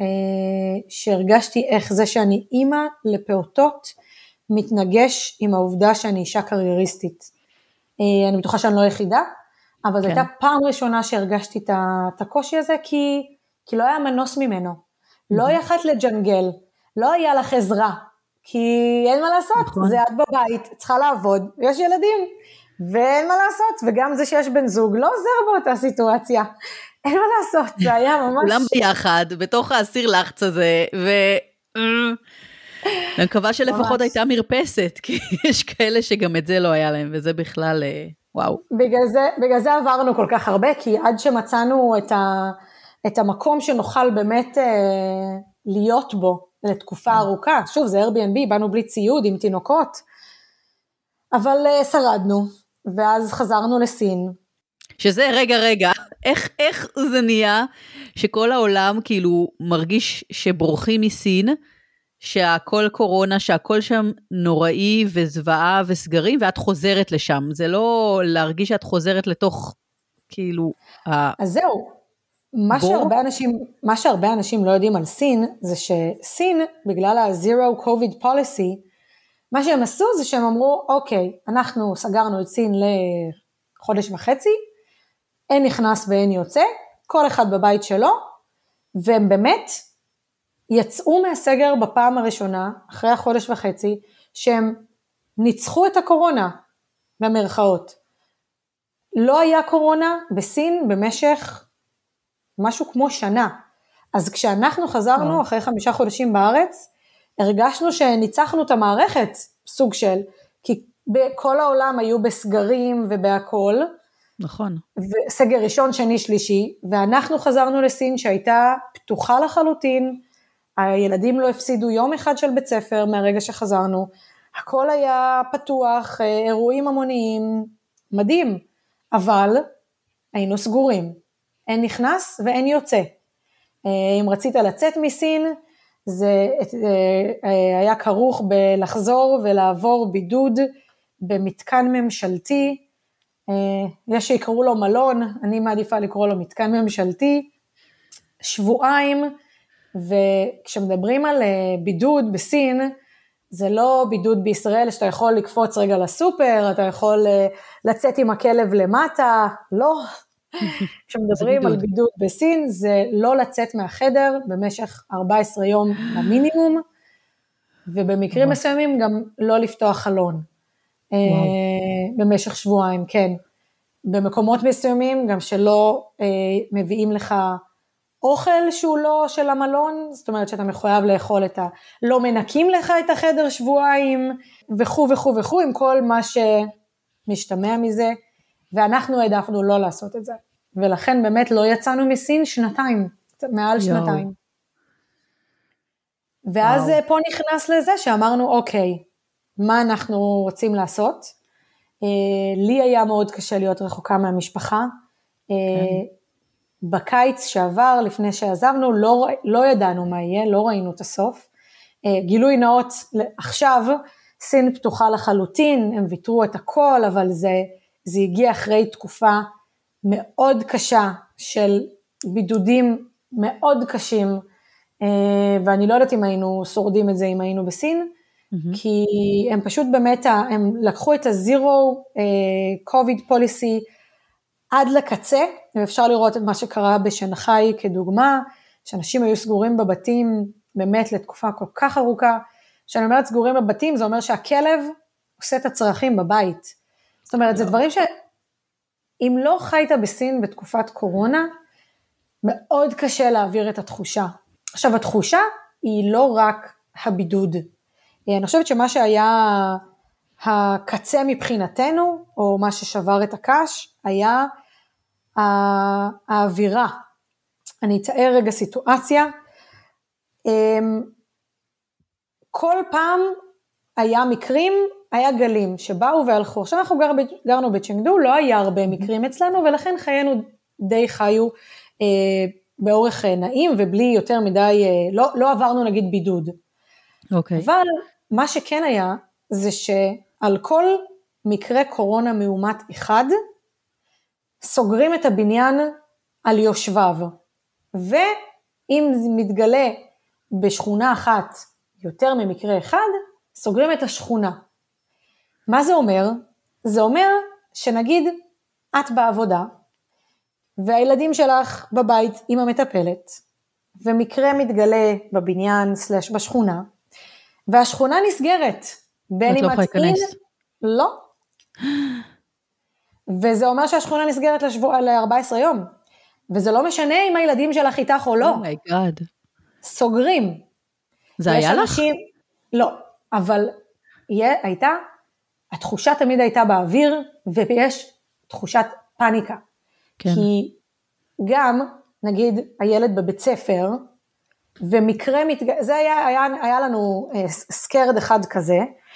Speaker 2: שהרגשתי איך זה שאני אימא לפעוטות, מתנגש עם העובדה שאני אישה קרייריסטית. אני בטוחה שאני לא יחידה, אבל כן. זו הייתה פעם ראשונה שהרגשתי את הקושי הזה, כי, כי לא היה מנוס ממנו. Mm-hmm. לא יכלת לג'נגל, לא היה לך עזרה, כי אין מה לעשות, נכון. זה את בבית, צריכה לעבוד, יש ילדים, ואין מה לעשות, וגם זה שיש בן זוג, לא עוזר באותה סיטואציה, אין מה לעשות, זה היה ממש...
Speaker 1: כולם ביחד, בתוך האסיר לחץ הזה, ו... אני מקווה שלפחות הייתה מרפסת, כי יש כאלה שגם את זה לא היה להם, וזה בכלל... וואו.
Speaker 2: בגלל זה, בגלל זה עברנו כל כך הרבה, כי עד שמצאנו את, ה, את המקום שנוכל באמת אה, להיות בו לתקופה ארוכה, שוב זה Airbnb, באנו בלי ציוד עם תינוקות, אבל אה, שרדנו, ואז חזרנו לסין.
Speaker 1: שזה רגע רגע, איך, איך זה נהיה שכל העולם כאילו מרגיש שבורחים מסין, שהכל קורונה, שהכל שם נוראי וזוועה וסגרים, ואת חוזרת לשם. זה לא להרגיש שאת חוזרת לתוך, כאילו...
Speaker 2: אז זהו, מה שהרבה אנשים, מה שהרבה אנשים לא יודעים על סין, זה שסין, בגלל ה-Zero COVID Policy, מה שהם עשו זה שהם אמרו, אוקיי, אנחנו סגרנו את סין לחודש וחצי, אין נכנס ואין יוצא, כל אחד בבית שלו, והם באמת... יצאו מהסגר בפעם הראשונה, אחרי החודש וחצי, שהם ניצחו את הקורונה, במרכאות. לא היה קורונה בסין במשך משהו כמו שנה. אז כשאנחנו חזרנו, אחרי חמישה חודשים בארץ, הרגשנו שניצחנו את המערכת, סוג של, כי בכל העולם היו בסגרים ובהכל.
Speaker 1: נכון.
Speaker 2: וסגר ראשון, שני, שלישי, ואנחנו חזרנו לסין שהייתה פתוחה לחלוטין, הילדים לא הפסידו יום אחד של בית ספר מהרגע שחזרנו, הכל היה פתוח, אירועים המוניים, מדהים, אבל היינו סגורים, אין נכנס ואין יוצא. אם רצית לצאת מסין, זה היה כרוך בלחזור ולעבור בידוד במתקן ממשלתי, יש שיקראו לו מלון, אני מעדיפה לקרוא לו מתקן ממשלתי, שבועיים, וכשמדברים על בידוד בסין, זה לא בידוד בישראל, שאתה יכול לקפוץ רגע לסופר, אתה יכול לצאת עם הכלב למטה, לא. כשמדברים על בידוד בסין, זה לא לצאת מהחדר במשך ארבעה עשר יום במינימום, ובמקרים מסוימים גם לא לפתוח חלון, במשך שבועיים, כן. במקומות מסוימים גם שלא מביאים לך אוכל שהוא לא של המלון, זאת אומרת שאתה מחויב לאכול את ה... לא מנקים לך את החדר שבועיים, וכו וכו וכו, עם כל מה שמשתמע מזה, ואנחנו העדפנו לא לעשות את זה. ולכן באמת לא יצאנו מסין שנתיים, מעל יו. שנתיים. ואז וואו. פה נכנס לזה שאמרנו, אוקיי, מה אנחנו רוצים לעשות? לי היה מאוד קשה להיות רחוקה מהמשפחה, כן. בקיץ שעבר, לפני שעזבנו, לא, לא ידענו מה יהיה, לא ראינו את הסוף. גילוי נאות, עכשיו, סין פתוחה לחלוטין, הם ויתרו את הכל, אבל זה, זה הגיע אחרי תקופה מאוד קשה, של בידודים מאוד קשים, ואני לא יודעת אם היינו שורדים את זה, אם היינו בסין, mm-hmm. כי הם פשוט באמת, הם לקחו את ה-Zero COVID policy, עד לקצה, ואפשר לראות את מה שקרה בשנחאי כדוגמה, שאנשים היו סגורים בבתים, באמת לתקופה כל כך ארוכה, שאני אומרת סגורים בבתים, זה אומר שהכלב עושה את הצרכים בבית, זאת אומרת, זה דברים שאם לא חיית בסין בתקופת קורונה, מאוד קשה להעביר את התחושה. עכשיו, התחושה היא לא רק הבידוד, אני חושבת שמה שהיה הקצה מבחינתנו, או מה ששבר את הקש, היה האווירה. אני אתאר רגע סיטואציה, כל פעם היה מקרים, היה גלים שבאו והלכו, עכשיו אנחנו גר, גרנו בצ'נגדו, לא היה הרבה מקרים אצלנו, ולכן חיינו די חיו באורך נעים, ובלי יותר מדי, לא, לא עברנו נגיד בידוד.
Speaker 1: אוקיי.
Speaker 2: אבל מה שכן היה, זה שעל כל מקרה קורונה מאומת אחד, סוגרים את הבניין על יושביו, ואם מתגלה בשכונה אחת יותר ממקרה אחד, סוגרים את השכונה. מה זה אומר? זה אומר שנגיד את בעבודה, והילדים שלך בבית עם המטפלת, ומקרה מתגלה בבניין סלש בשכונה, והשכונה נסגרת, בין אם את אין, לא. וזה אומר שהשכונה נסגרת לשבוע, ל-ארבעה עשר יום, וזה לא משנה אם הילדים שלך איתך או לא.
Speaker 1: אומייגאד.
Speaker 2: סוגרים.
Speaker 1: זה היה
Speaker 2: אנשים, לך? לא, אבל הייתה, התחושה תמיד הייתה באוויר, ויש תחושת פאניקה. כן. כי גם, נגיד, הילד בבית ספר, ומקרה, מתג... זה היה, היה, היה לנו סקרד אחד כזה,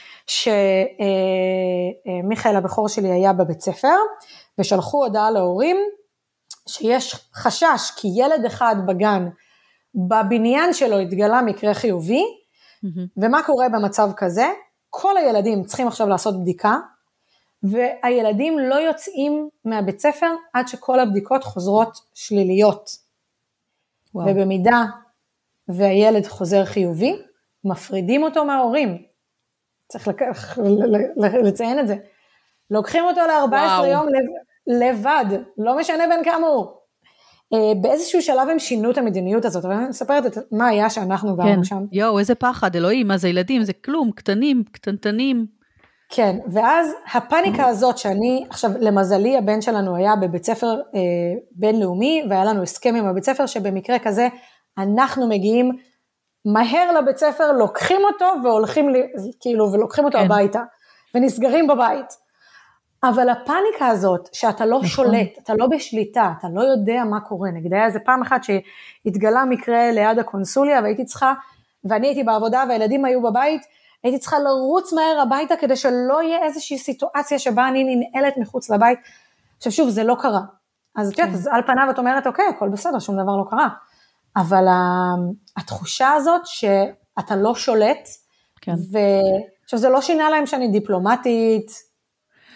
Speaker 2: שמיכאל הבכור שלי היה בבית ספר, ושלחו הודעה להורים, שיש חשש, כי ילד אחד בגן, בבניין שלו התגלה מקרה חיובי, ומה קורה במצב כזה? כל הילדים צריכים עכשיו לעשות בדיקה, והילדים לא יוצאים מהבית ספר, עד שכל הבדיקות חוזרות שליליות. וואו. ובמידה והילד חוזר חיובי, מפרידים אותו מההורים. צריך לציין את זה. לוקחים אותו ל-ארבעה עשר יום לבד, לא משנה בין כמה הוא. באיזשהו שלב הם שינו את המדיניות הזאת, אבל אני מספרת את מה היה שאנחנו גרנו שם.
Speaker 1: יואו, איזה פחד, אלוהים, מה זה ילדים, זה כלום, קטנים, קטנטנים.
Speaker 2: כן, ואז הפאניקה הזאת שאני, עכשיו למזלי הבן שלנו היה בבית ספר אה, בינלאומי, והיה לנו הסכם עם הבית ספר, שבמקרה כזה אנחנו מגיעים מהר לבית ספר, לוקחים אותו והולכים, כאילו, ולוקחים אותו כן. הביתה, ונסגרים בבית. אבל הפאניקה הזאת, שאתה לא נכון. שולט, אתה לא בשליטה, אתה לא יודע מה קורה, נגיד היה איזה פעם אחת שהתגלה מקרה ליד הקונסוליה, והייתי צריכה, ואני הייתי בעבודה, והילדים היו בבית, הייתי צריכה לרוץ מהר הביתה, כדי שלא יהיה איזושהי סיטואציה, שבה אני ננעלת מחוץ לבית, עכשיו שוב, זה לא קרה, אז כן. אז על פניו את אומרת, אוקיי, הכל בסדר, שום דבר לא קרה, אבל התחושה הזאת, שאתה לא שולט, כן. ועכשיו זה לא שינה להם שאני דיפלומטית,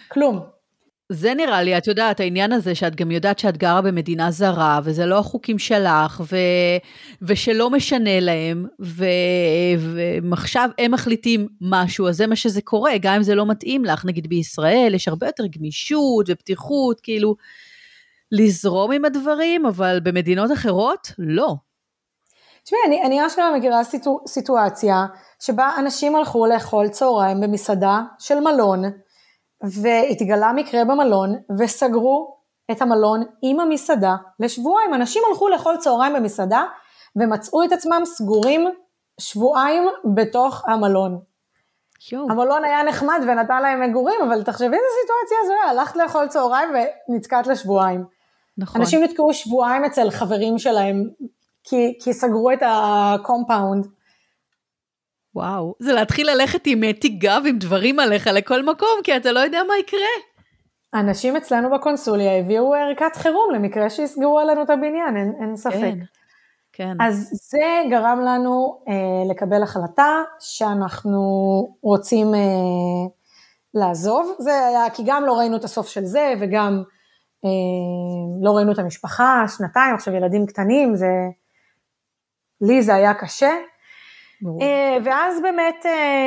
Speaker 2: כלום.
Speaker 1: זה נראה לי, את יודעת, העניין הזה שאת גם יודעת שאת גרה במדינה זרה, וזה לא החוקים שלך, ו... ושלא משנה להם, ו... ומחשב הם מחליטים משהו, אז זה מה שזה קורה, גם אם זה לא מתאים לך, נגיד בישראל, יש הרבה יותר גמישות ופתיחות, כאילו, לזרום עם הדברים, אבל במדינות אחרות, לא.
Speaker 2: תשמעי, אני, אני אשכרה מכירה סיטו, סיטואציה, שבה אנשים הלכו לאכול צהריים במסעדה של מלון, והתגלה מקרה במלון, וסגרו את המלון עם המסעדה לשבועיים. אנשים הלכו לאכול צהריים במסעדה, ומצאו את עצמם סגורים שבועיים בתוך המלון. יו. המלון היה נחמד ונתן להם מגורים, אבל תחשבי איזה סיטואציה הזו, הלכת לאכול צהריים ונתקעת לשבועיים. נכון. אנשים נתקעו שבועיים אצל חברים שלהם, כי, כי סגרו את הקומפאונד.
Speaker 1: וואו, זה להתחיל ללכת עם תיגב, עם דברים עליך לכל מקום, כי אתה לא יודע מה יקרה.
Speaker 2: אנשים אצלנו בקונסוליה הביאו ערכת חירום, למקרה שיסגרו עלינו את הבניין, אין, אין ספק. כן, כן. אז זה גרם לנו אה, לקבל החלטה, שאנחנו רוצים אה, לעזוב, זה היה, כי גם לא ראינו את הסוף של זה, וגם אה, לא ראינו את המשפחה, שנתיים, עכשיו ילדים קטנים, זה, לי זה היה קשה, ואז באמת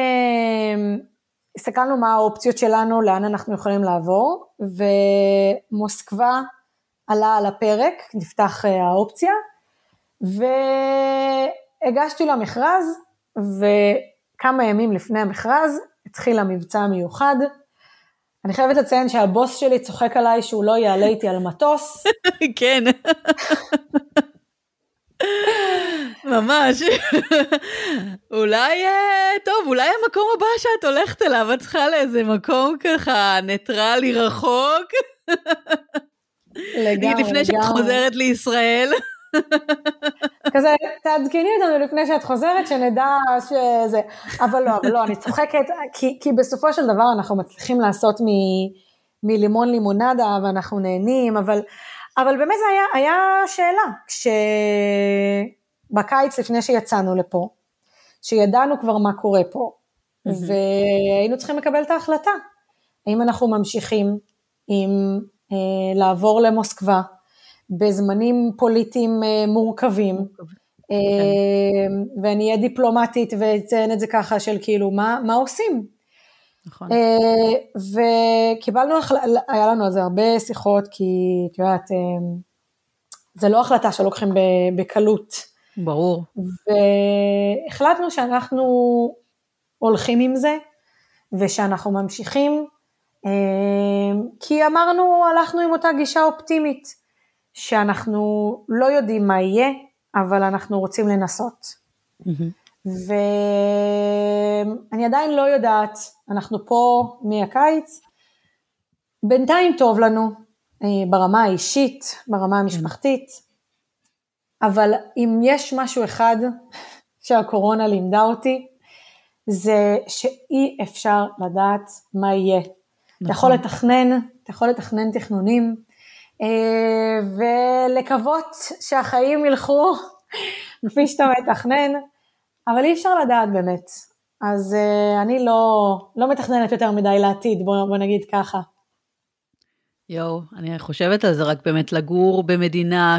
Speaker 2: הסתכלנו מה האופציות שלנו, לאן אנחנו יכולים לעבור, ומוסקבה עלה על הפרק, נפתח האופציה, והגשתי למכרז, וכמה ימים לפני המכרז, התחיל המבצע המיוחד, אני חייבת לציין שהבוס שלי צוחק עליי, שהוא לא יעלה איתי על מטוס.
Speaker 1: כן. ממש. אולי, טוב, אולי המקום הבא שאת הולכת אליו, את צריכה לאיזה מקום ככה, ניטרלי רחוק.
Speaker 2: לגמרי,
Speaker 1: לפני שאת חוזרת לישראל.
Speaker 2: כזה, תעדכני אותנו לפני שאת חוזרת, שנדע שזה, אבל לא, אבל לא, אני צוחקת, כי, כי בסופו של דבר אנחנו מצליחים לעשות מ, מלימון לימונדה, ואנחנו נהנים, אבל, אבל באמת זה היה, היה שאלה, כשבקיץ לפני שיצאנו לפה, שידענו כבר מה קורה פה, והיינו צריכים לקבל את ההחלטה, האם אנחנו ממשיכים עם אה, לעבור למוסקבה, בזמנים פוליטיים מורכבים, ואני אהיה דיפלומטית ואציין את זה ככה של כאילו, מה, מה עושים? נכון. וקיבלנו, היה לנו על זה הרבה שיחות, כי את יודעת, זה לא החלטה שלוקחים בקלות.
Speaker 1: ברור.
Speaker 2: והחלטנו שאנחנו הולכים עם זה, ושאנחנו ממשיכים, כי אמרנו, הלכנו עם אותה גישה אופטימית, שאנחנו לא יודעים מה יהיה, אבל אנחנו רוצים לנסות. Mm-hmm. ואני עדיין לא יודעת, אנחנו פה מהקיץ, בינתיים טוב לנו, ברמה האישית, ברמה המשפחתית, mm-hmm. אבל אם יש משהו אחד שהקורונה לימדה אותי, זה שאי אפשר לדעת מה יהיה. נכון. אתה יכול לתכנן, אתה יכול לתכנן תכנונים, ולקוות שהחיים ילכו כפי שאתה מתכנן, אבל אי אפשר לדעת באמת, אז אני לא, לא מתכננת יותר מדי לעתיד, בוא, בוא נגיד ככה.
Speaker 1: יו, אני חושבת על זה רק באמת לגור במדינה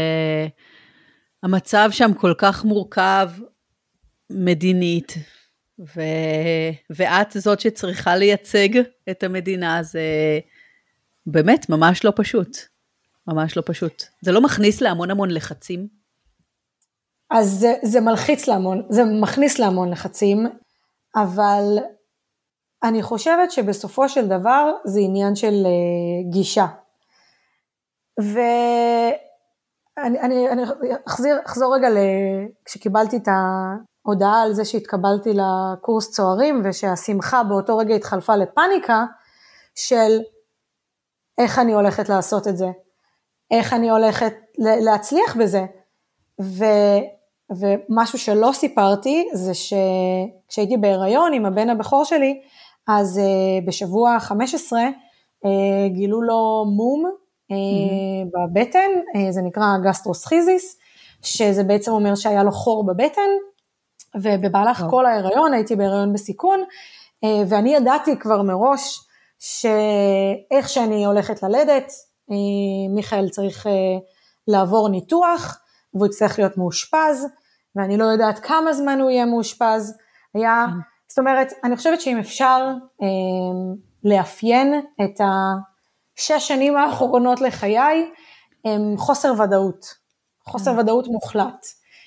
Speaker 1: שהמצב שם כל כך מורכב מדינית, ו... ואת זאת שצריכה לייצג את המדינה, זה באמת ממש לא פשוט. ממש לא פשוט. זה לא מכניס להמון המון לחצים?
Speaker 2: אז זה, זה מלחיץ להמון, זה מכניס להמון לחצים, אבל אני חושבת שבסופו של דבר זה עניין של uh, גישה. ואני אני, אני אחזיר, אחזור רגע ל... כשקיבלתי את ההודעה על זה שהתקבלתי לקורס צוערים, ושהשמחה באותו רגע התחלפה לפניקה, של איך אני הולכת לעשות את זה, איך אני הולכת להצליח בזה, ו, ומשהו שלא סיפרתי, זה שכשהייתי בהיריון עם הבן הבכור שלי, אז uh, בשבוע חמש עשרה uh, גילו לו מום uh, mm-hmm. בבטן, uh, זה נקרא גסטרוסכיזיס, שזה בעצם אומר שהיה לו חור בבטן, ובמהלך oh. כל ההיריון, הייתי בהיריון בסיכון, uh, ואני ידעתי כבר מראש, שאיך שאני הולכת ללדת, מיכאל צריך לעבור ניתוח, והוא יצטרך להיות מאושפז, ואני לא יודעת כמה זמן הוא יהיה מאושפז, היה, זאת אומרת, אני חושבת שאם אפשר לאפיין את השש שנים האחרונות לחיי, חוסר ודאות, חוסר ודאות מוחלט.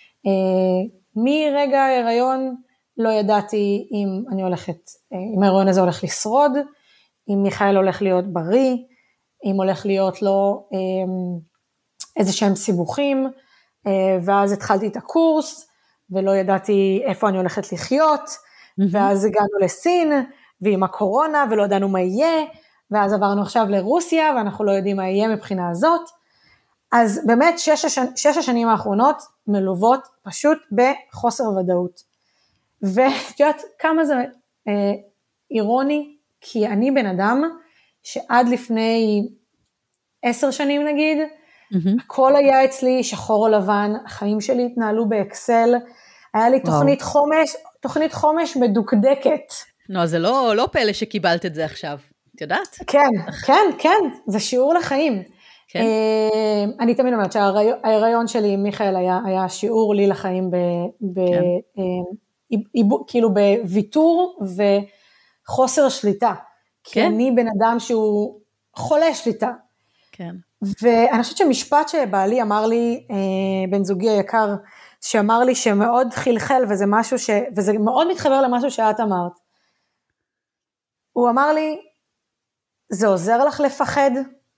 Speaker 2: מרגע ההיריון לא ידעתי אם אני הולכת, אם ההיריון הזה הולך לשרוד, אם מיכאל הולך להיות בריא, אם הולך להיות לו איזה שהם סיבוכים, ואז התחלתי את הקורס, ולא ידעתי איפה אני הולכת לחיות, ואז הגענו לסין, ועם הקורונה, ולא ידענו מה יהיה, ואז עברנו עכשיו לרוסיה, ואנחנו לא יודעים מה יהיה מבחינה הזאת, אז באמת שש, השנ... שש השנים האחרונות מלוות פשוט בחוסר ודאות. ואת יודעת כמה זה אה, אירוני, כי אני בן אדם שעד לפני עשר שנים נגיד, mm-hmm. הכל היה אצלי שחור או לבן, החיים שלי התנהלו באקסל, היה לי תוכנית חומש, תוכנית חומש מדוקדקת.
Speaker 1: לא, זה לא, לא פלא שקיבלת את זה עכשיו, את יודעת?
Speaker 2: כן, כן, כן, זה שיעור לחיים. כן. אני תמיד אומרת שההיריון שלי עם מיכאל היה, היה שיעור לי לחיים ב, ב, כן. כאילו בוויתור וחוסר שליטה, כי כן. אני בן אדם שהוא חולה שליטה.
Speaker 1: כן.
Speaker 2: ואני חושבת שמשפט שבעלי אמר לי, בן זוגי היקר, שאמר לי שמאוד חלחל, וזה משהו ש, וזה מאוד מתחבר למשהו שאת אמרת. הוא אמר לי, זה עוזר לך לפחד?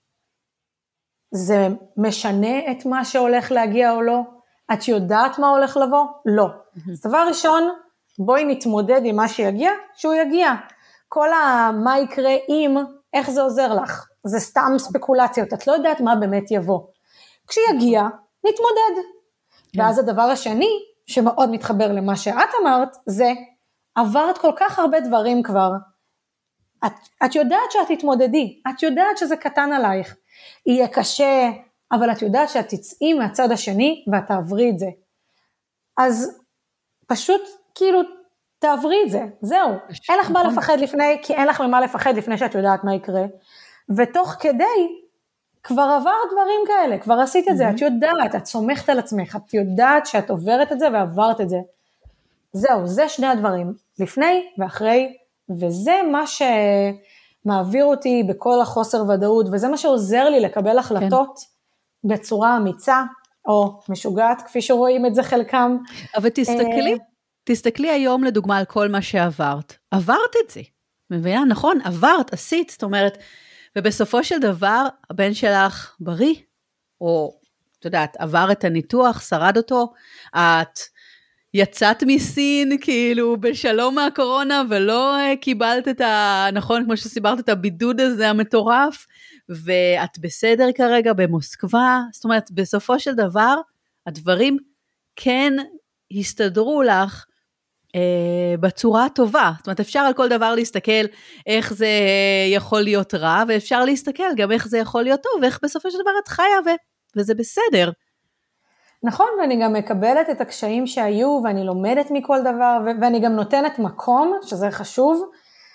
Speaker 2: זה משנה את מה שהולך להגיע או לא? את יודעת מה הולך לבוא? לא. אז דבר ראשון, בואי נתמודד עם מה שיגיע, שהוא יגיע. כל מה יקרה אם, איך זה עוזר לך? זה סתם ספקולציות, את לא יודעת מה באמת יבוא. כשיגיע, נתמודד. ואז הדבר השני, שמאוד מתחבר למה שאת אמרת, זה, עברת כל כך הרבה דברים כבר, את, את יודעת שאת תתמודדי, את יודעת שזה קטן עלייך, יהיה קשה, אבל את יודעת שאת תצאי מהצד השני, ואת תעברי את זה. אז פשוט כאילו, תעברי את זה, זהו. אין לך מה לפחד לפני, כי אין לך ממה לפחד לפני שאת יודעת מה יקרה, ותוך כדי, כבר עברת דברים כאלה, כבר עשית את זה, את יודעת, את סומכת על עצמך, את יודעת שאת עוברת את זה ועברת את זה. זהו, זה שני הדברים, לפני ואחרי, וזה מה שמעביר אותי בכל החוסר ודאות, וזה מה שעוזר לי לקבל החלטות כן. בצורה אמיצה, או משוגעת, כפי שרואים את זה חלקם.
Speaker 1: אבל תסתכלי, תסתכלי היום לדוגמה על כל מה שעברת. עברת את זה, מבינה? נכון, עברת, עשית, זאת אומרת, ובסופו של דבר, הבן שלך בריא, או, את יודעת, עבר את הניתוח, שרד אותו, את יצאת מסין, כאילו, בשלום מהקורונה, ולא קיבלת את ה... נכון, כמו שסיברת את הבידוד הזה המטורף, ואת בסדר כרגע במוסקבה, זאת אומרת, בסופו של דבר, הדברים כן הסתדרו לך, בצורה הטובה, זאת אומרת אפשר על כל דבר להסתכל איך זה יכול להיות רע, ואפשר להסתכל גם איך זה יכול להיות טוב, ואיך בסופו של דבר את חיה ו... וזה בסדר.
Speaker 2: נכון, ואני גם מקבלת את הקשיים שהיו, ואני לומדת מכל דבר, ו... ואני גם נותנת מקום, שזה חשוב,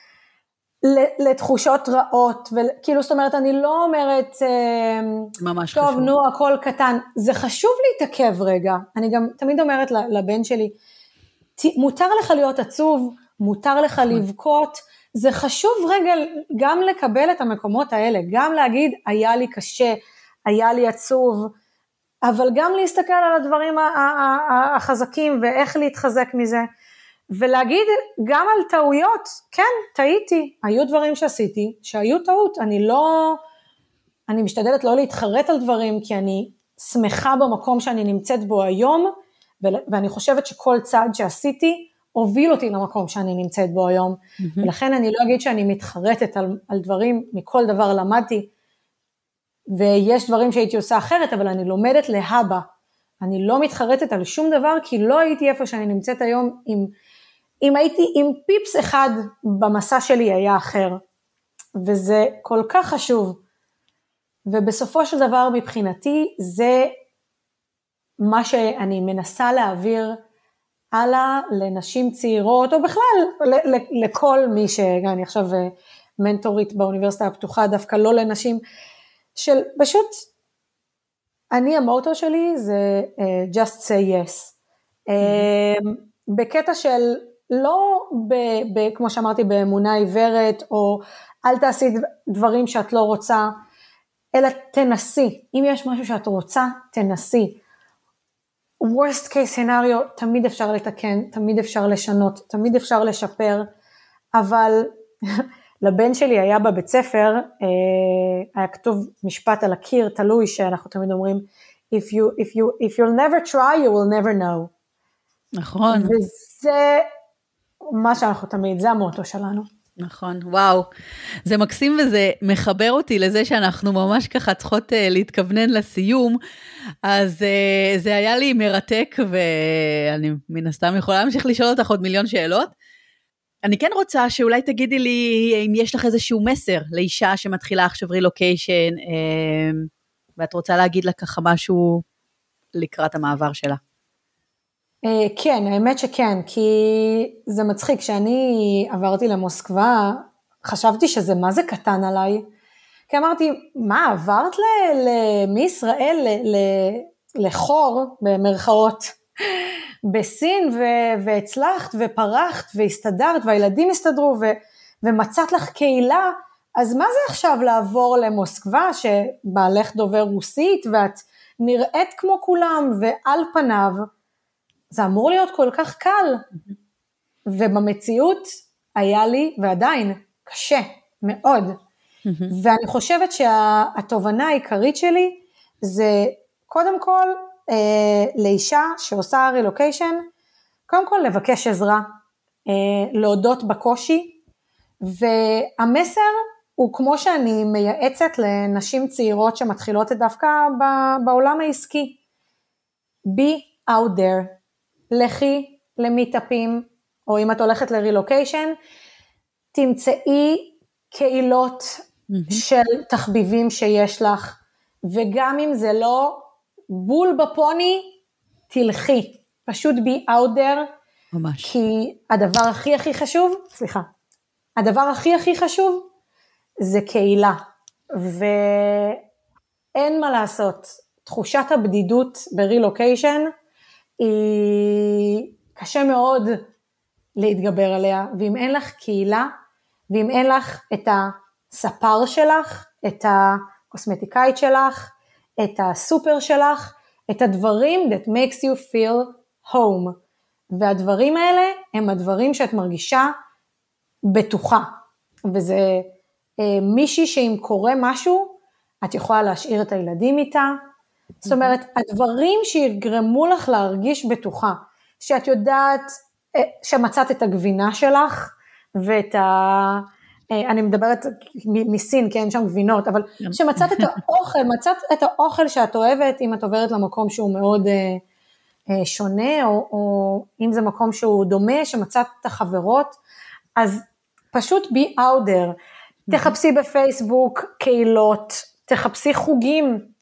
Speaker 2: לתחושות רעות, וכאילו זאת אומרת אני לא אומרת,
Speaker 1: ממש
Speaker 2: טוב
Speaker 1: חשוב.
Speaker 2: נו הכל קטן, זה חשוב להתעכב רגע, אני גם תמיד אומרת לבן שלי, מותר לך להיות עצוב, מותר לך לבכות, זה חשוב רגע גם לקבל את המקומות האלה, גם להגיד, היה לי קשה, היה לי עצוב, אבל גם להסתכל על הדברים החזקים, ואיך להתחזק מזה, ולהגיד גם על טעויות, כן, טעיתי, היו דברים שעשיתי, שהיו טעות, אני לא, אני משתדלת לא להתחרט על דברים, כי אני שמחה במקום שאני נמצאת בו היום, ואני חושבת שכל צעד שעשיתי, הוביל אותי למקום שאני נמצאת בו היום, mm-hmm. ולכן אני לא אגיד שאני מתחרטת על, על דברים, מכל דבר למדתי, ויש דברים שהייתי עושה אחרת, אבל אני לומדת להבא, אני לא מתחרטת על שום דבר, כי לא הייתי איפה שאני נמצאת היום, אם, אם הייתי, אם פיפס אחד במסע שלי היה אחר, וזה כל כך חשוב, ובסופו של דבר מבחינתי, זה מה שאני מנסה להעביר הלאה לנשים צעירות, או בכלל לכל מי שאני עכשיו מנטורית באוניברסיטה הפתוחה, דווקא לא לנשים, של פשוט, אני המוטו שלי זה uh, just say yes, mm-hmm. uh, בקטע של לא, ב, ב, כמו שאמרתי, באמונה עיוורת, או אל תעשי דברים שאת לא רוצה, אלא תנסי, אם יש משהו שאת רוצה, תנסי. worst case scenario, תמיד אפשר לתקן, תמיד אפשר לשנות, תמיד אפשר לשפר, אבל לבן שלי היה בבית ספר, היה כתוב משפט על הקיר, תלוי שאנחנו תמיד אומרים, if you, if you, if you'll never try, you will never know.
Speaker 1: נכון.
Speaker 2: וזה מה שאנחנו תמיד, זה המוטו שלנו.
Speaker 1: נכון, וואו, זה מקסים וזה מחבר אותי לזה שאנחנו ממש ככה צריכות uh, להתכוונן לסיום, אז uh, זה היה לי מרתק, ואני מן הסתם יכולה להמשיך לשאול אותך עוד מיליון שאלות. אני כן רוצה שאולי תגידי לי אם יש לך איזשהו מסר לאישה שמתחילה עכשיו רילוקיישן, uh, ואת רוצה להגיד לה ככה משהו לקראת המעבר שלה.
Speaker 2: כן, האמת שכן, כי זה מצחיק, כשאני עברתי למוסקבה, חשבתי שזה מה זה קטן עליי, כי אמרתי, מה, עברת מישראל לחור, במרכאות, בסין, והצלחת ופרחת והסתדרת, והילדים הסתדרו, ומצאת לך קהילה, אז מה זה עכשיו לעבור למוסקבה, שבעלך דובר רוסית, ואת נראית כמו כולם, ועל פניו, זה אמור להיות כל כך קל, ובמציאות היה לי, ועדיין, קשה, מאוד, ואני חושבת שהתובנה העיקרית שלי, זה קודם כל, אה, לאישה שעושה רילוקיישן, קודם כל לבקש עזרה, אה, להודות בקושי, והמסר הוא כמו שאני מייעצת לנשים צעירות, שמתחילות דווקא בעולם העסקי, be out there, לכי למיטאפים, או אם את הולכת לרילוקיישן, תמצאי קהילות mm-hmm. של תחביבים שיש לך, וגם אם זה לא בול בפוני, תלכי, פשוט be out there,
Speaker 1: ממש.
Speaker 2: כי הדבר הכי הכי חשוב, סליחה, הדבר הכי הכי חשוב, זה קהילה, ואין מה לעשות, תחושת הבדידות ברילוקיישן, היא קשה מאוד להתגבר עליה, ואם אין לך קהילה, ואם אין לך את הספר שלך, את הקוסמטיקאית שלך, את הסופר שלך, את הדברים that makes you feel home, והדברים האלה הם הדברים שאת מרגישה בטוחה, וזה אה, מישהי שאם קורה משהו, את יכולה להשאיר את הילדים איתה, זאת אומרת, הדברים שיגרמו לך להרגיש בטוחה, שאת יודעת, שמצאת את הגבינה שלך, ואת ה... אני מדברת מסין, כי אין שם גבינות, אבל שמצאת את האוכל, מצאת את האוכל שאת אוהבת, אם את עוברת למקום שהוא מאוד שונה, או, או אם זה מקום שהוא דומה, שמצאת את החברות, אז פשוט be out there, תחפשי בפייסבוק קהילות, תחפשי חוגים,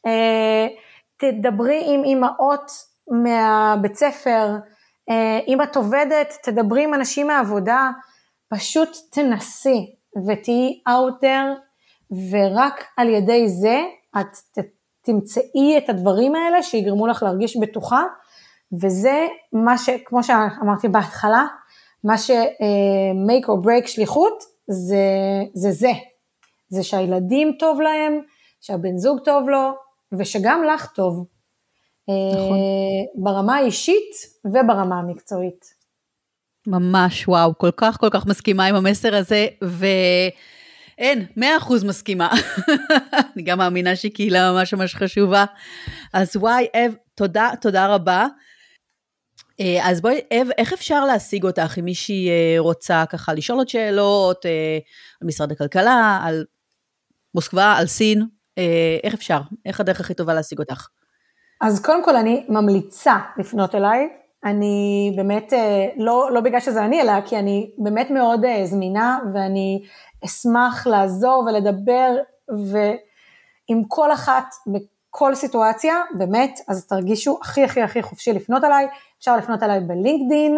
Speaker 2: תדברי עם אמאות מהבית ספר, אם את עובדת, תדברי עם אנשים מהעבודה, פשוט תנסי ותהיי out there, ורק על ידי זה את תמצאי את הדברים האלה שיגרמו לך להרגיש בטוחה, וזה מה ש, כמו שאמרתי בהתחלה, מה ש make or break שליחות, זה זה, זה, זה שהילדים טוב להם, שהבן זוג טוב לו, ושגם לך טוב, נכון. ברמה האישית וברמה המקצועית.
Speaker 1: ממש, וואו, כל כך כל כך מסכימה עם המסר הזה, ואין, מאה אחוז מסכימה. אני גם מאמינה שקהילה ממש ממש חשובה. אז וואי, אב, תודה, תודה רבה. אז בואי, אב, איך אפשר להשיג אותך, אם מישהי רוצה ככה לשאול עוד שאלות, על משרד הכלכלה, על מוסקבה, על סין, איך אפשר? איך הדרך הכי טובה להשיג אותך?
Speaker 2: אז קודם כל אני ממליצה לפנות אליי, אני באמת, לא, לא בגלל שזה אני, אלא כי אני באמת מאוד זמינה, ואני אשמח לעזור ולדבר, ועם כל אחת, בכל סיטואציה, באמת, אז תרגישו הכי הכי הכי חופשי לפנות אליי, אפשר לפנות אליי בלינקדין,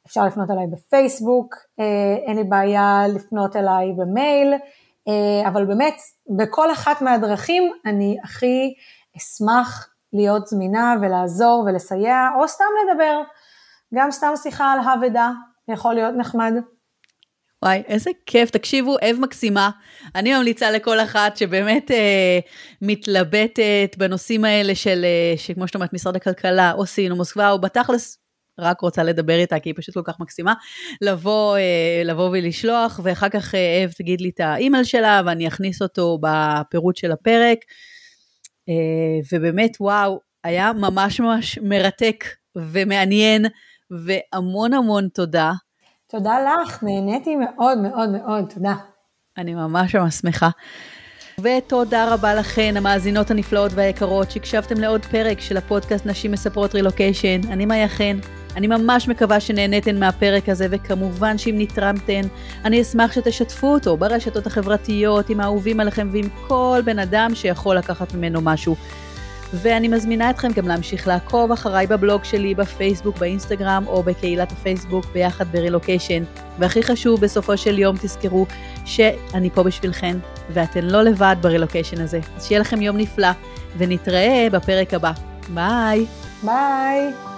Speaker 2: אפשר לפנות אליי בפייסבוק, אין לי בעיה לפנות אליי במייל, אבל באמת, בכל אחת מהדרכים אני הכי אשמח להיות זמינה ולעזור ולסייע, או סתם לדבר, גם סתם שיחה על הוודא, יכול להיות נחמד.
Speaker 1: וואי, איזה כיף, תקשיבו, אב מקסימה, אני ממליצה לכל אחת שבאמת אה, מתלבטת בנושאים האלה של, אה, שכמו שאת אומרת, משרד הכלכלה, או סין, או מוסקבה, או בתכלס, רק רוצה לדבר איתה, כי היא פשוט כל כך מקסימה, לבוא, אה, לבוא ולשלוח, ואחר כך אה, אב תגיד לי את האימייל שלה, ואני אכניס אותו בפירוט של הפרק, אה, ובאמת, וואו, היה ממש ממש מרתק ומעניין, והמון המון תודה.
Speaker 2: תודה לך, נהניתי מאוד מאוד מאוד, תודה.
Speaker 1: אני ממש ממש שמחה. ותודה רבה לכן, המאזינות הנפלאות והיקרות, שהקשבתם לעוד פרק של הפודקאסט נשים מספרות רילוקיישן. אני מאיה חן, אני ממש מקווה שנהניתן מהפרק הזה, וכמובן שאם נתרמתן, אני אשמח שתשתפו אותו ברשתות החברתיות, עם האהובים עליכם ועם כל בן אדם שיכול לקחת ממנו משהו. ואני מזמינה אתכם גם להמשיך לעקוב אחריי בבלוג שלי, בפייסבוק, באינסטגרם, או בקהילת הפייסבוק ביחד ברילוקיישן. והכי חשוב, בסופו של יום תזכרו שאני פה בשבילכן, ואתן לא לבד ברילוקיישן הזה. אז שיהיה לכם יום נפלא, ונתראה בפרק הבא. ביי!
Speaker 2: ביי!